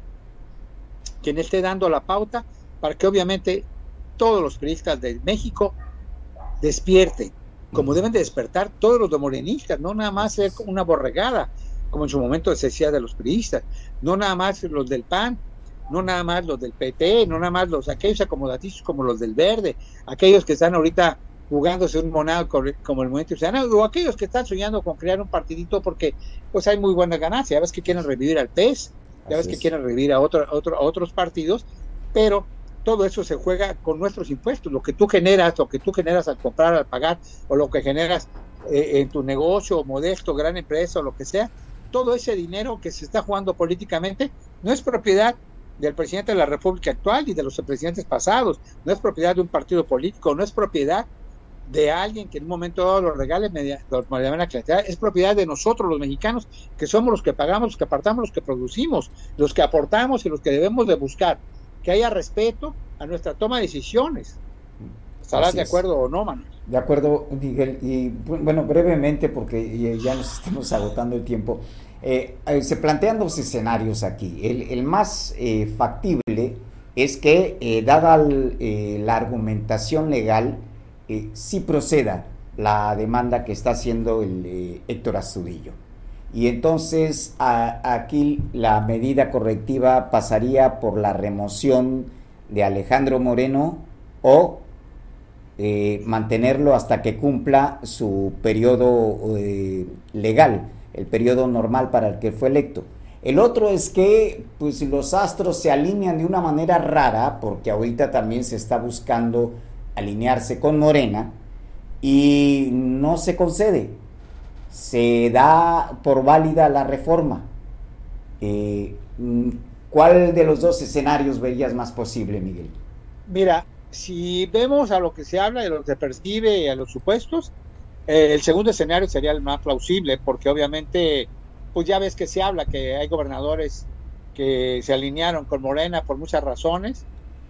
quien esté dando la pauta para que obviamente todos los priistas de México despierten, como deben de despertar todos los de morenistas, no nada más ser una borregada, como en su momento se decía de los priistas, no nada más los del P A N, no nada más los del P T, no nada más los aquellos acomodaticios como los del Verde, aquellos que están ahorita jugándose un monado como el Movimiento Ciudadano, o aquellos que están soñando con crear un partidito porque pues hay muy buenas ganancias, ya ves que quieren revivir al P E S, ya ves que quieren revivir a, otro, a, otro, a otros partidos, pero todo eso se juega con nuestros impuestos, lo que tú generas, lo que tú generas al comprar, al pagar, o lo que generas eh, en tu negocio, modesto, gran empresa, o lo que sea, todo ese dinero que se está jugando políticamente no es propiedad del presidente de la República actual y de los presidentes pasados, no es propiedad de un partido político, no es propiedad de alguien que en un momento dado lo regale mediante la cantidad, es propiedad de nosotros los mexicanos, que somos los que pagamos, los que apartamos, los que producimos, los que aportamos y los que debemos de buscar que haya respeto a nuestra toma de decisiones. ¿Estarás de acuerdo o no, Manuel? De acuerdo, Miguel. Y bueno, brevemente, porque ya nos estamos agotando el tiempo, eh, se plantean dos escenarios aquí. El, el más eh, factible es que, eh, dada el, eh, la argumentación legal, eh, sí proceda la demanda que está haciendo el eh, Héctor Astudillo. Y entonces a, aquí la medida correctiva pasaría por la remoción de Alejandro Moreno o eh, mantenerlo hasta que cumpla su periodo eh, legal, el periodo normal para el que fue electo. El otro es que pues los astros se alinean de una manera rara, porque ahorita también se está buscando alinearse con Morena y no se concede. Se da por válida la reforma. Eh, ¿Cuál de los dos escenarios verías más posible, Miguel? Mira, si vemos a lo que se habla, de lo que se percibe y a los supuestos, eh, el segundo escenario sería el más plausible, porque obviamente pues ya ves que se habla que hay gobernadores que se alinearon con Morena por muchas razones,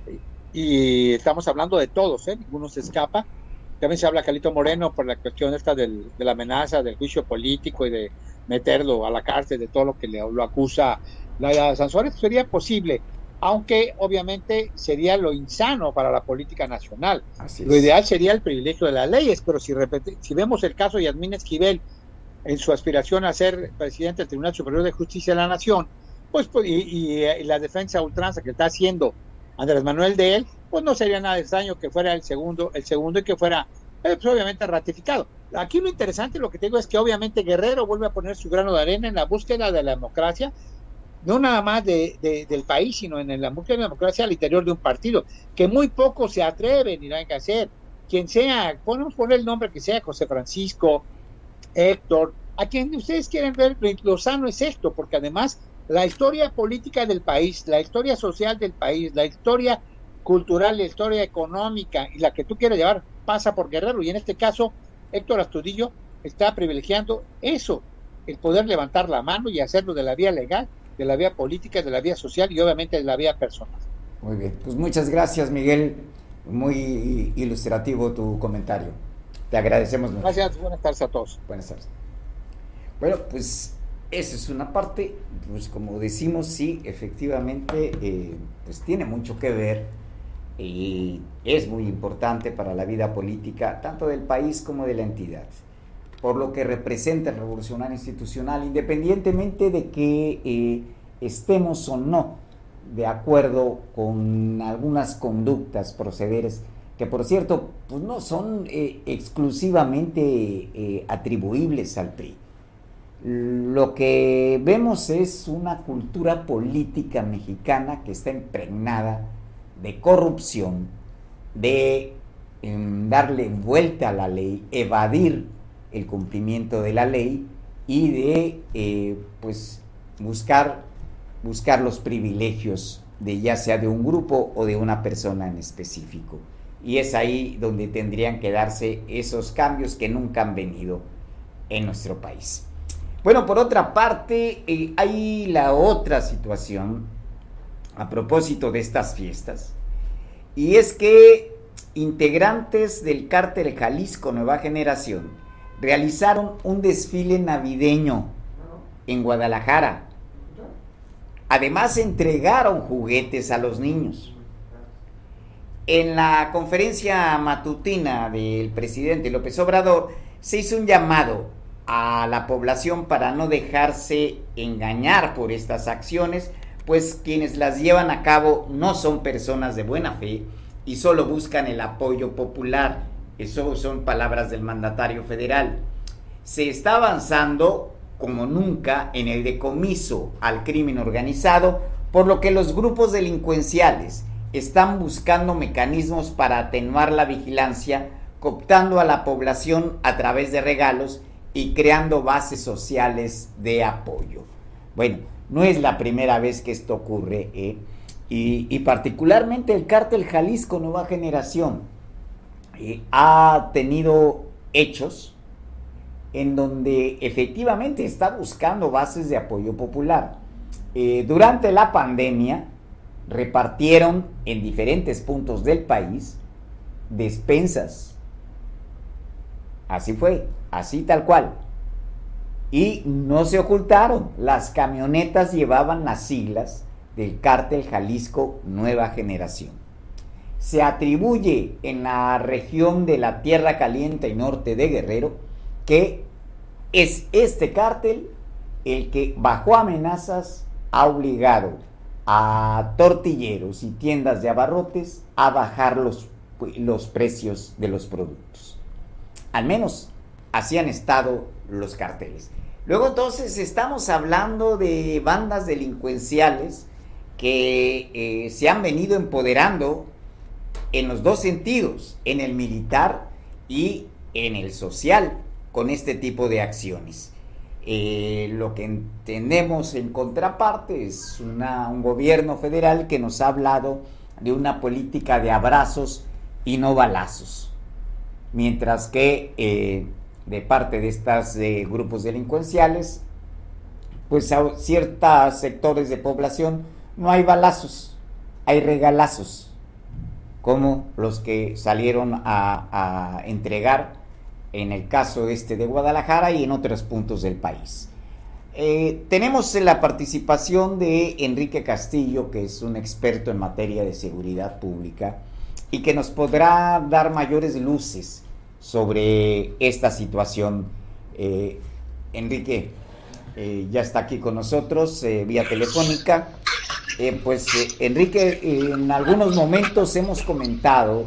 y estamos hablando de todos, ¿eh? Ninguno se escapa. También se habla de Alito Moreno por la cuestión esta del, de la amenaza, del juicio político y de meterlo a la cárcel, de todo lo que le, lo acusa Laida Sansores. Sería posible, aunque obviamente sería lo insano para la política nacional. Así lo es. Ideal sería el privilegio de las leyes, pero si, repete, si vemos el caso de Yasmín Esquivel en su aspiración a ser presidente del Tribunal Superior de Justicia de la Nación, pues, pues y, y, y la defensa a ultranza que está haciendo Andrés Manuel de él, pues no sería nada extraño que fuera el segundo, el segundo y que fuera eh, pues obviamente ratificado. Aquí lo interesante, lo que te digo, es que obviamente Guerrero vuelve a poner su grano de arena en la búsqueda de la democracia, no nada más de, de, del país, sino en la búsqueda de la democracia al interior de un partido, que muy pocos se atreven y que hacer. Quien sea, podemos poner el nombre que sea, José Francisco, Héctor, a quien ustedes quieren ver, lo sano es esto, porque además la historia política del país, la historia social del país, la historia cultural, la historia económica y la que tú quieras llevar pasa por Guerrero, y en este caso Héctor Astudillo está privilegiando eso, el poder levantar la mano y hacerlo de la vía legal, de la vía política, de la vía social y obviamente de la vía personal. Muy bien, pues muchas gracias, Miguel, muy ilustrativo tu comentario, te agradecemos mucho. Gracias, buenas tardes a todos. Buenas tardes. Bueno, pues esa es una parte, pues como decimos, sí, efectivamente, eh, pues tiene mucho que ver y es muy importante para la vida política, tanto del país como de la entidad, por lo que representa el revolucionario institucional, independientemente de que eh, estemos o no de acuerdo con algunas conductas, procederes, que por cierto, pues no son eh, exclusivamente eh, atribuibles al P R I. Lo que vemos es una cultura política mexicana que está impregnada de corrupción, de eh, darle vuelta a la ley, evadir el cumplimiento de la ley y de eh, pues buscar, buscar los privilegios de ya sea de un grupo o de una persona en específico. Y es ahí donde tendrían que darse esos cambios que nunca han venido en nuestro país. Bueno, por otra parte, eh, hay la otra situación a propósito de estas fiestas, y es que integrantes del Cártel Jalisco Nueva Generación realizaron un desfile navideño en Guadalajara. Además, entregaron juguetes a los niños. En la conferencia matutina del presidente López Obrador se hizo un llamado a la población para no dejarse engañar por estas acciones, pues quienes las llevan a cabo no son personas de buena fe y solo buscan el apoyo popular. Eso son palabras del mandatario federal. Se está avanzando como nunca en el decomiso al crimen organizado, por lo que los grupos delincuenciales están buscando mecanismos para atenuar la vigilancia, cooptando a la población a través de regalos y creando bases sociales de apoyo. Bueno, no es la primera vez que esto ocurre, ¿eh? y, y particularmente el Cártel Jalisco Nueva Generación eh, ha tenido hechos en donde efectivamente está buscando bases de apoyo popular. Eh, durante la pandemia repartieron en diferentes puntos del país despensas. Así fue, así tal cual. Y no se ocultaron, las camionetas llevaban las siglas del Cártel Jalisco Nueva Generación. Se atribuye en la región de la Tierra Caliente y norte de Guerrero que es este cártel el que bajo amenazas ha obligado a tortilleros y tiendas de abarrotes a bajar los, los precios de los productos. Al menos así han estado los carteles. Luego entonces estamos hablando de bandas delincuenciales que eh, se han venido empoderando en los dos sentidos, en el militar y en el social, con este tipo de acciones. Eh, lo que entendemos en contraparte es una, un gobierno federal que nos ha hablado de una política de abrazos y no balazos, mientras que eh, de parte de estos eh, grupos delincuenciales pues a ciertos sectores de población no hay balazos, hay regalazos, como los que salieron a, a entregar en el caso este de Guadalajara y en otros puntos del país. Eh, tenemos la participación de Enrique Castillo, que es un experto en materia de seguridad pública y que nos podrá dar mayores luces sobre esta situación. Eh, Enrique eh, ya está aquí con nosotros eh, vía telefónica. Eh, pues eh, Enrique, eh, en algunos momentos hemos comentado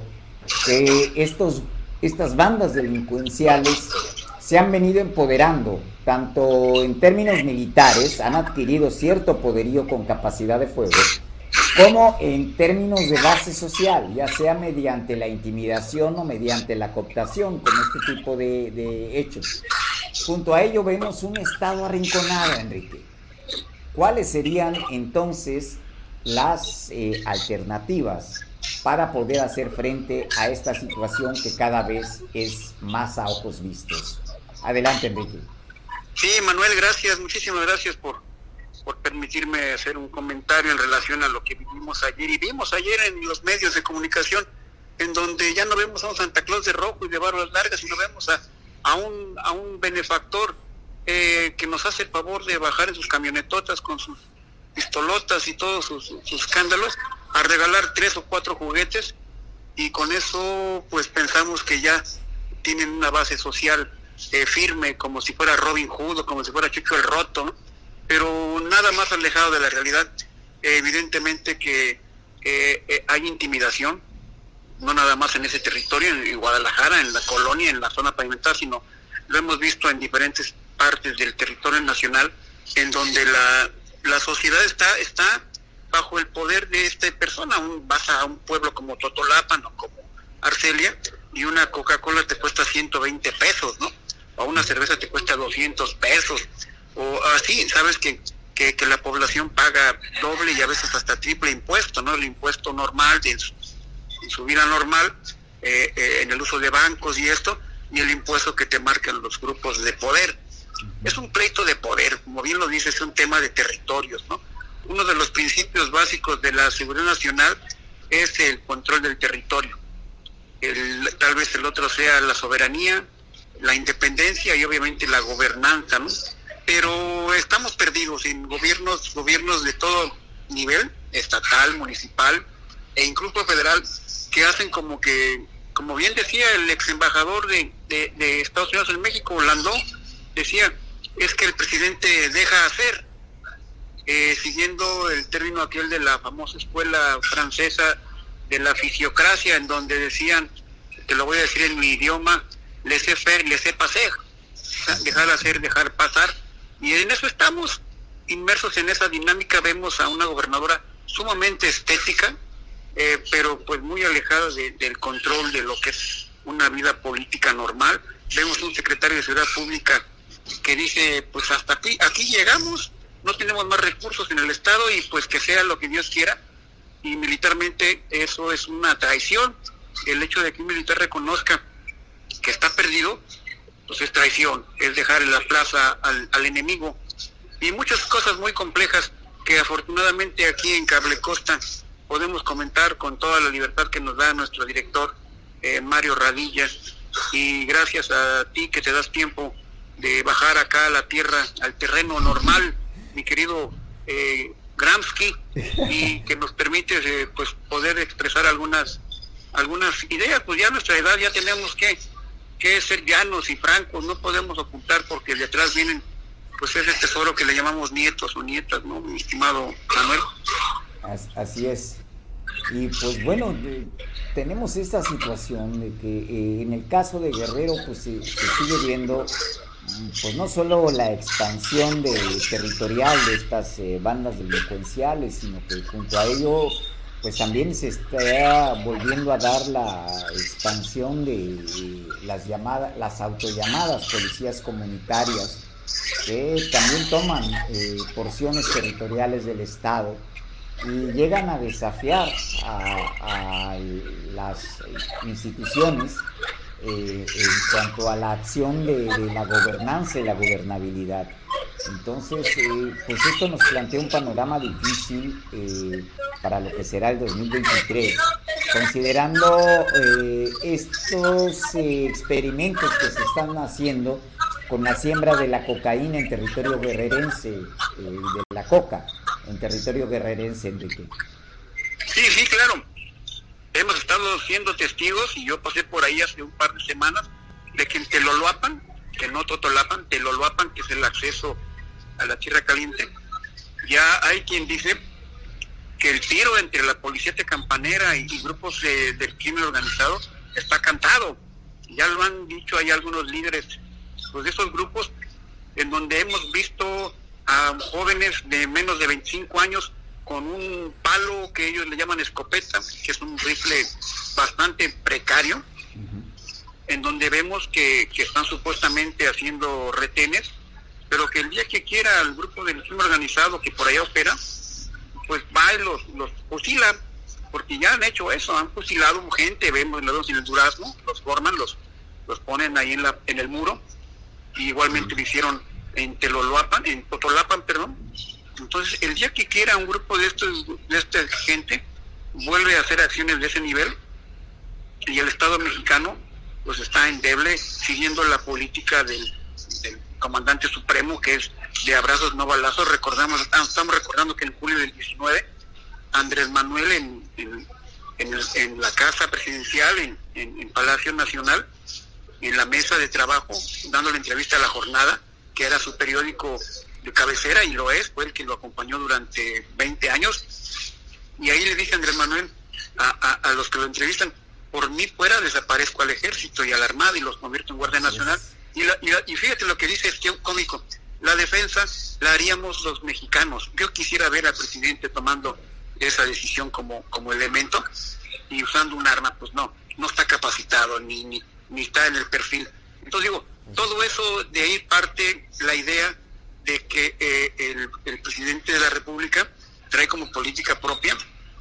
que estos, estas bandas delincuenciales se han venido empoderando, tanto en términos militares, han adquirido cierto poderío con capacidad de fuego, como en términos de base social, ya sea mediante la intimidación o mediante la cooptación, con este tipo de, de hechos. Junto a ello vemos un Estado arrinconado, Enrique. ¿Cuáles serían entonces las eh, alternativas para poder hacer frente a esta situación que cada vez es más a ojos vistos? Adelante, Enrique. Sí, Manuel, gracias, muchísimas gracias por, por permitirme hacer un comentario en relación a lo que vivimos ayer y vimos ayer en los medios de comunicación, en donde ya no vemos a un Santa Claus de rojo y de barbas largas, sino vemos a, a, un, a un benefactor eh, que nos hace el favor de bajar en sus camionetotas con sus pistolotas y todos sus, sus escándalos, a regalar tres o cuatro juguetes, y con eso pues pensamos que ya tienen una base social eh, firme, como si fuera Robin Hood o como si fuera Chucho el Roto, ¿no? Pero nada más alejado de la realidad. Eh, evidentemente que eh, eh, hay intimidación, no nada más en ese territorio, en Guadalajara, en la colonia, en la zona pavimentada, sino lo hemos visto en diferentes partes del territorio nacional, en donde la, la sociedad está, está bajo el poder de esta persona. Un, vas a un pueblo como Totolapan o como Arcelia y una Coca-Cola te cuesta ciento veinte pesos, ¿no? O una cerveza te cuesta doscientos pesos, o así, sabes que, que, que la población paga doble y a veces hasta triple impuesto, ¿no? El impuesto normal, de su, en su vida normal, eh, eh, en el uso de bancos y esto, y el impuesto que te marcan los grupos de poder. Es un pleito de poder, como bien lo dices, es un tema de territorios, ¿no? Uno de los principios básicos de la seguridad nacional es el control del territorio. El, tal vez el otro sea la soberanía, la independencia y obviamente la gobernanza, ¿no? Pero estamos perdidos en gobiernos, gobiernos de todo nivel, estatal, municipal e incluso federal, que hacen como que, como bien decía el ex embajador de, de, de Estados Unidos en México, Landau, decía, es que el presidente deja hacer, eh, siguiendo el término aquel de la famosa escuela francesa de la fisiocracia, en donde decían, te lo voy a decir en mi idioma, laissez faire, laissez passer, dejar hacer, dejar pasar, y en eso estamos inmersos en esa dinámica. Vemos a una gobernadora sumamente estética, eh, pero pues muy alejada de, del control de lo que es una vida política normal. Vemos un secretario de Seguridad Pública que dice, pues hasta aquí, aquí llegamos, no tenemos más recursos en el Estado y pues que sea lo que Dios quiera. Y militarmente eso es una traición. El hecho de que un militar reconozca que está perdido, pues es traición, es dejar en la plaza al, al enemigo. Y muchas cosas muy complejas que afortunadamente aquí en Cable Costa podemos comentar con toda la libertad que nos da nuestro director eh, Mario Radilla, y gracias a ti que te das tiempo de bajar acá a la tierra, al terreno normal, mi querido eh, Gramsci, y que nos permite eh, pues poder expresar algunas algunas ideas. Pues ya a nuestra edad ya tenemos que, que ser llanos y francos, no podemos ocultar, porque detrás vienen pues ese tesoro que le llamamos nietos o nietas, ¿no, mi estimado Manuel? Así es. Y pues bueno, de, tenemos esta situación de que eh, en el caso de Guerrero pues se, se sigue viendo pues no solo la expansión de, territorial de estas eh, bandas delincuenciales, sino que junto a ello pues también se está volviendo a dar la expansión de eh, las llamadas, las autollamadas policías comunitarias, que también toman eh, porciones territoriales del Estado y llegan a desafiar a, a las instituciones eh, en cuanto a la acción de, de la gobernanza y la gobernabilidad. Entonces, eh, pues esto nos plantea un panorama difícil eh, para lo que será el dos mil veintitrés, considerando eh, estos eh, experimentos que se están haciendo con la siembra de la cocaína en territorio guerrerense, eh, de la coca en territorio guerrerense, Enrique. Sí, sí, claro. Hemos estado siendo testigos, y yo pasé por ahí hace un par de semanas, de que en Teloloapan, que no Totolapan, Teloloapan, que es el acceso a la Tierra Caliente, ya hay quien dice que el tiro entre la policía tecampanera y, y grupos de, del crimen organizado está cantado. Ya lo han dicho, hay algunos líderes pues, de esos grupos, en donde hemos visto a jóvenes de menos de veinticinco años con un palo que ellos le llaman escopeta, que es un rifle bastante precario, uh-huh. en donde vemos que, que están supuestamente haciendo retenes, pero que el día que quiera el grupo del crimen organizado que por allá opera, pues va y los, los fusila, porque ya han hecho eso, han fusilado gente, vemos en el Durazno, los forman, los, los ponen ahí en, la, en el muro, y igualmente uh-huh. lo hicieron en Teloloapan, en Totolapan, perdón. Entonces, el día que quiera un grupo de estos, de esta gente vuelve a hacer acciones de ese nivel, y el Estado mexicano pues está endeble, siguiendo la política del, del comandante supremo, que es de abrazos no balazos. Recordamos, estamos recordando que en julio del diecinueve, Andrés Manuel en, en, en, el, en la casa presidencial, en, en, en Palacio Nacional, en la mesa de trabajo, dando la entrevista a La Jornada, que era su periódico de cabecera, y lo es, fue el que lo acompañó durante veinte años, y ahí le dice Andrés Manuel a, a, a los que lo entrevistan: por mí fuera desaparezco al ejército y a la armada y los convierto en Guardia Nacional. Y, la, y, la, y fíjate lo que dice, es que cómico, la defensa la haríamos los mexicanos. Yo quisiera ver al presidente tomando esa decisión como, como elemento, y usando un arma, pues no, no está capacitado, ni, ni, ni está en el perfil. Entonces digo, todo eso, de ahí parte la idea de que eh, el, el presidente de la República trae como política propia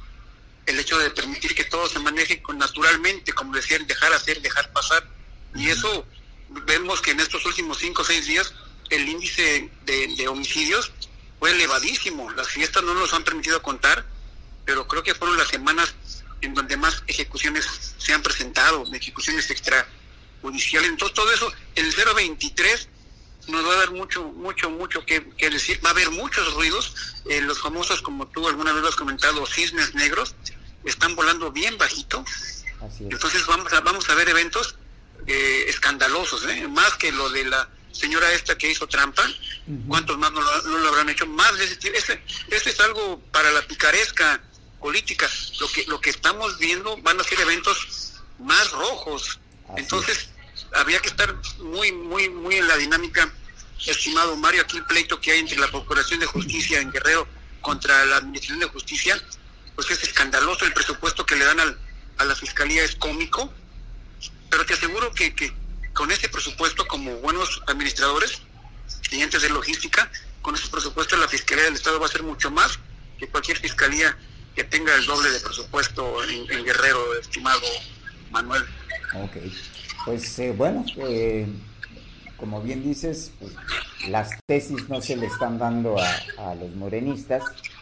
el hecho de permitir que todo se maneje con, naturalmente, como decían, dejar hacer, dejar pasar. Y eso vemos que en estos últimos cinco o seis días el índice de, de homicidios fue elevadísimo. Las fiestas no nos han permitido contar, pero creo que fueron las semanas en donde más ejecuciones se han presentado, ejecuciones extrajudiciales. Entonces todo eso, el cero veintitrés nos va a dar mucho, mucho, mucho que, que decir. Va a haber muchos ruidos, eh, los famosos, como tú alguna vez lo has comentado, cisnes negros, están volando bien bajito. Así es. Entonces vamos a, vamos a ver eventos eh, escandalosos, ¿eh? Más que lo de la señora esta que hizo trampa. Uh-huh. ¿Cuántos más no lo, no lo habrán hecho? Más de ese tipo. Este, este es algo para la picaresca política. Lo que, lo que estamos viendo van a ser eventos más rojos. Así Entonces es. Habría que estar muy, muy, muy en la dinámica, estimado Mario. Aquí el pleito que hay entre la Procuración de Justicia en Guerrero contra la Administración de Justicia, pues es escandaloso. El presupuesto que le dan al, a la Fiscalía es cómico, pero te aseguro que, que con ese presupuesto, como buenos administradores, clientes de logística, con ese presupuesto la Fiscalía del Estado va a ser mucho más que cualquier fiscalía que tenga el doble de presupuesto en, en Guerrero, estimado Manuel. Ok. Pues eh, bueno, eh, como bien dices, pues, las tesis no se le están dando a, a los morenistas,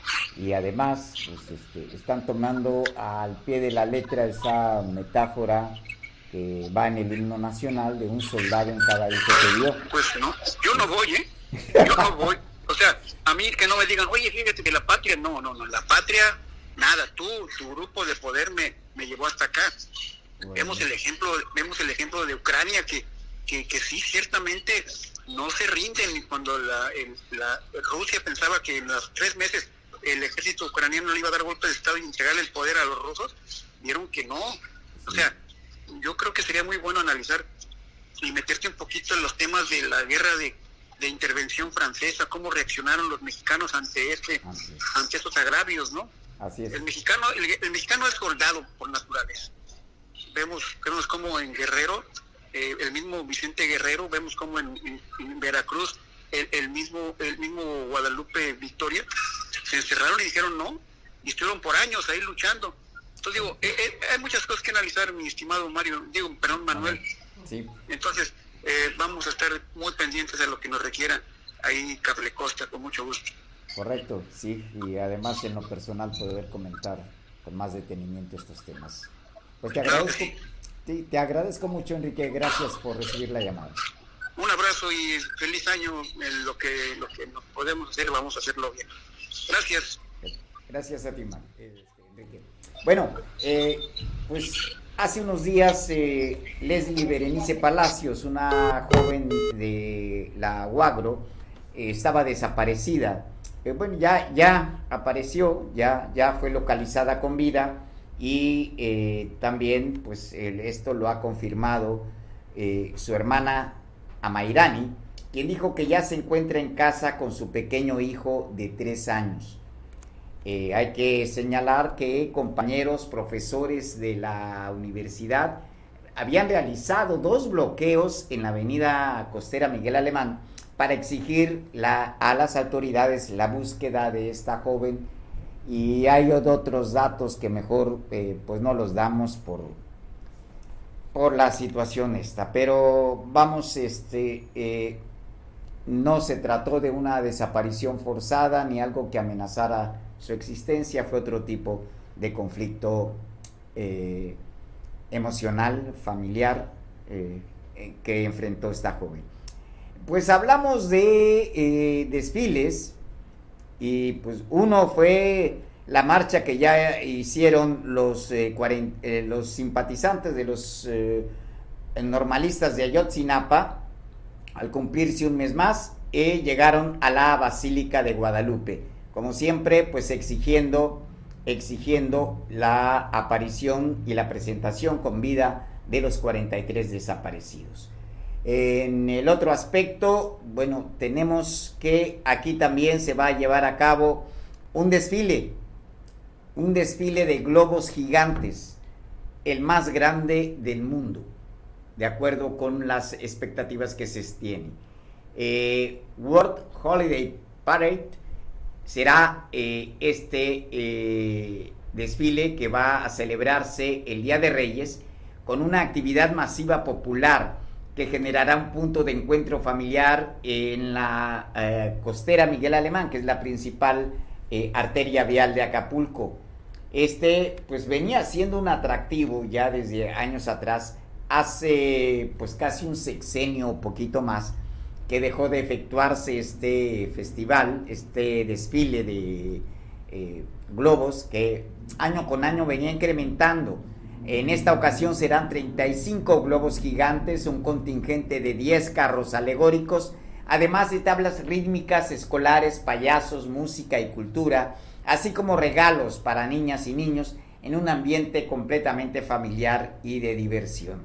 y además pues, este, están tomando al pie de la letra esa metáfora que va en el himno nacional de un soldado en cada hijo que dio. Pues no, yo no voy, ¿eh? Yo no voy. O sea, a mí que no me digan, oye, fíjate que la patria, no, no, no, la patria, nada, tú, tu grupo de poder me, me llevó hasta acá. Bueno. Vemos el ejemplo, vemos el ejemplo de Ucrania, que, que, que sí, ciertamente no se rinden. Cuando la, el, la Rusia pensaba que en los tres meses el ejército ucraniano le iba a dar golpe de estado y entregarle el poder a los rusos, vieron que no. O sea, yo creo que sería muy bueno analizar y meterte un poquito en los temas de la guerra de, de intervención francesa, cómo reaccionaron los mexicanos ante este, ante estos agravios, ¿no? Así es. El mexicano, el, el mexicano es soldado por naturaleza. Vemos, vemos como en Guerrero, eh, el mismo Vicente Guerrero, vemos como en, en, en Veracruz, el, el mismo el mismo Guadalupe Victoria, se encerraron y dijeron no, y estuvieron por años ahí luchando. Entonces digo, eh, eh, hay muchas cosas que analizar, mi estimado Mario, digo, perdón, Manuel. Sí. Entonces, eh, vamos a estar muy pendientes de lo que nos requiera ahí Cable Costa, con mucho gusto. Correcto, sí, y además en lo personal poder comentar con más detenimiento estos temas. Pues te agradezco, sí, te agradezco mucho, Enrique, gracias por recibir la llamada. Un abrazo y feliz año. En lo que lo que nos podemos hacer, vamos a hacerlo bien. Gracias. Gracias a ti, Man, este, Enrique. Bueno, eh, pues hace unos días eh, Leslie Berenice Palacios, una joven de la Huagro, eh, estaba desaparecida. Eh, bueno, ya, ya apareció, ya, ya fue localizada con vida y eh, también pues el, esto lo ha confirmado eh, su hermana Amairani, quien dijo que ya se encuentra en casa con su pequeño hijo de tres años. Eh, hay que señalar que compañeros, profesores de la universidad habían realizado dos bloqueos en la avenida costera Miguel Alemán para exigir la, a las autoridades la búsqueda de esta joven, y hay otros datos que mejor eh, pues no los damos por, por la situación esta, pero vamos, este eh, no se trató de una desaparición forzada ni algo que amenazara su existencia, fue otro tipo de conflicto eh, emocional, familiar eh, que enfrentó esta joven. Pues hablamos de eh, desfiles y pues uno fue la marcha que ya hicieron los, eh, cuarenta, eh, los simpatizantes de los eh, normalistas de Ayotzinapa al cumplirse un mes más, eh, llegaron a la Basílica de Guadalupe, como siempre, pues exigiendo, exigiendo la aparición y la presentación con vida de los cuarenta y tres desaparecidos. En el otro aspecto, bueno, tenemos que aquí también se va a llevar a cabo un desfile, un desfile de globos gigantes, el más grande del mundo, de acuerdo con las expectativas que se tienen. Eh, World Holiday Parade será eh, este eh, desfile que va a celebrarse el Día de Reyes con una actividad masiva popular que generará un punto de encuentro familiar en la eh, costera Miguel Alemán, que es la principal eh, arteria vial de Acapulco. Este pues venía siendo un atractivo ya desde años atrás, hace pues casi un sexenio o poquito más que dejó de efectuarse este festival, este desfile de eh, globos que año con año venía incrementando. En esta ocasión serán treinta y cinco globos gigantes, un contingente de diez carros alegóricos, además de tablas rítmicas, escolares, payasos, música y cultura, así como regalos para niñas y niños en un ambiente completamente familiar y de diversión.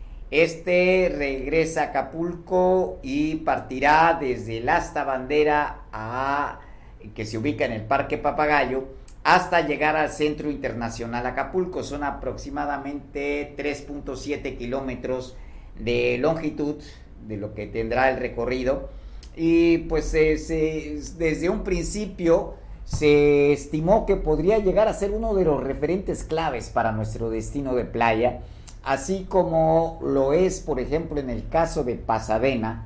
Este regresa a Acapulco y partirá desde el Asta Bandera, a, que se ubica en el Parque Papagayo, hasta llegar al Centro Internacional Acapulco. Son aproximadamente tres punto siete kilómetros de longitud de lo que tendrá el recorrido, y pues eh, se, desde un principio se estimó que podría llegar a ser uno de los referentes claves para nuestro destino de playa, así como lo es, por ejemplo, en el caso de Pasadena,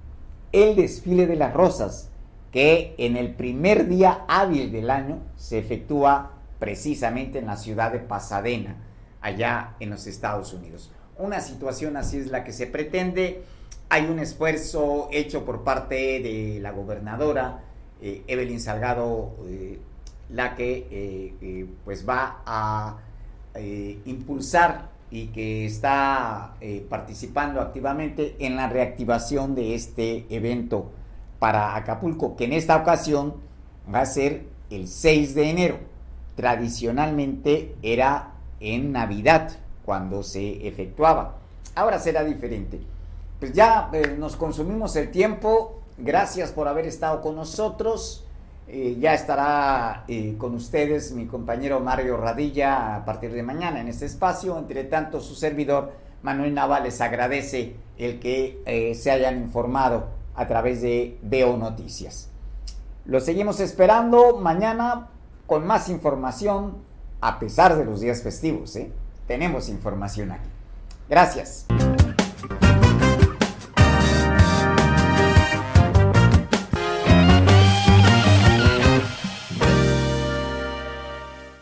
el desfile de las rosas, que en el primer día hábil del año se efectúa precisamente en la ciudad de Pasadena, allá en los Estados Unidos. Una situación así es la que se pretende. Hay un esfuerzo hecho por parte de la gobernadora eh, Evelyn Salgado, eh, la que eh, eh, pues va a eh, impulsar y que está eh, participando activamente en la reactivación de este evento para Acapulco, que en esta ocasión va a ser el seis de enero. Tradicionalmente era en Navidad cuando se efectuaba. Ahora será diferente. Pues ya eh, nos consumimos el tiempo. Gracias por haber estado con nosotros. Eh, ya estará eh, con ustedes mi compañero Mario Radilla a partir de mañana en este espacio. Entre tanto, su servidor Manuel Nava les agradece el que eh, se hayan informado a través de Veo Noticias. Los seguimos esperando mañana con más información, a pesar de los días festivos, ¿eh? Tenemos información aquí. Gracias.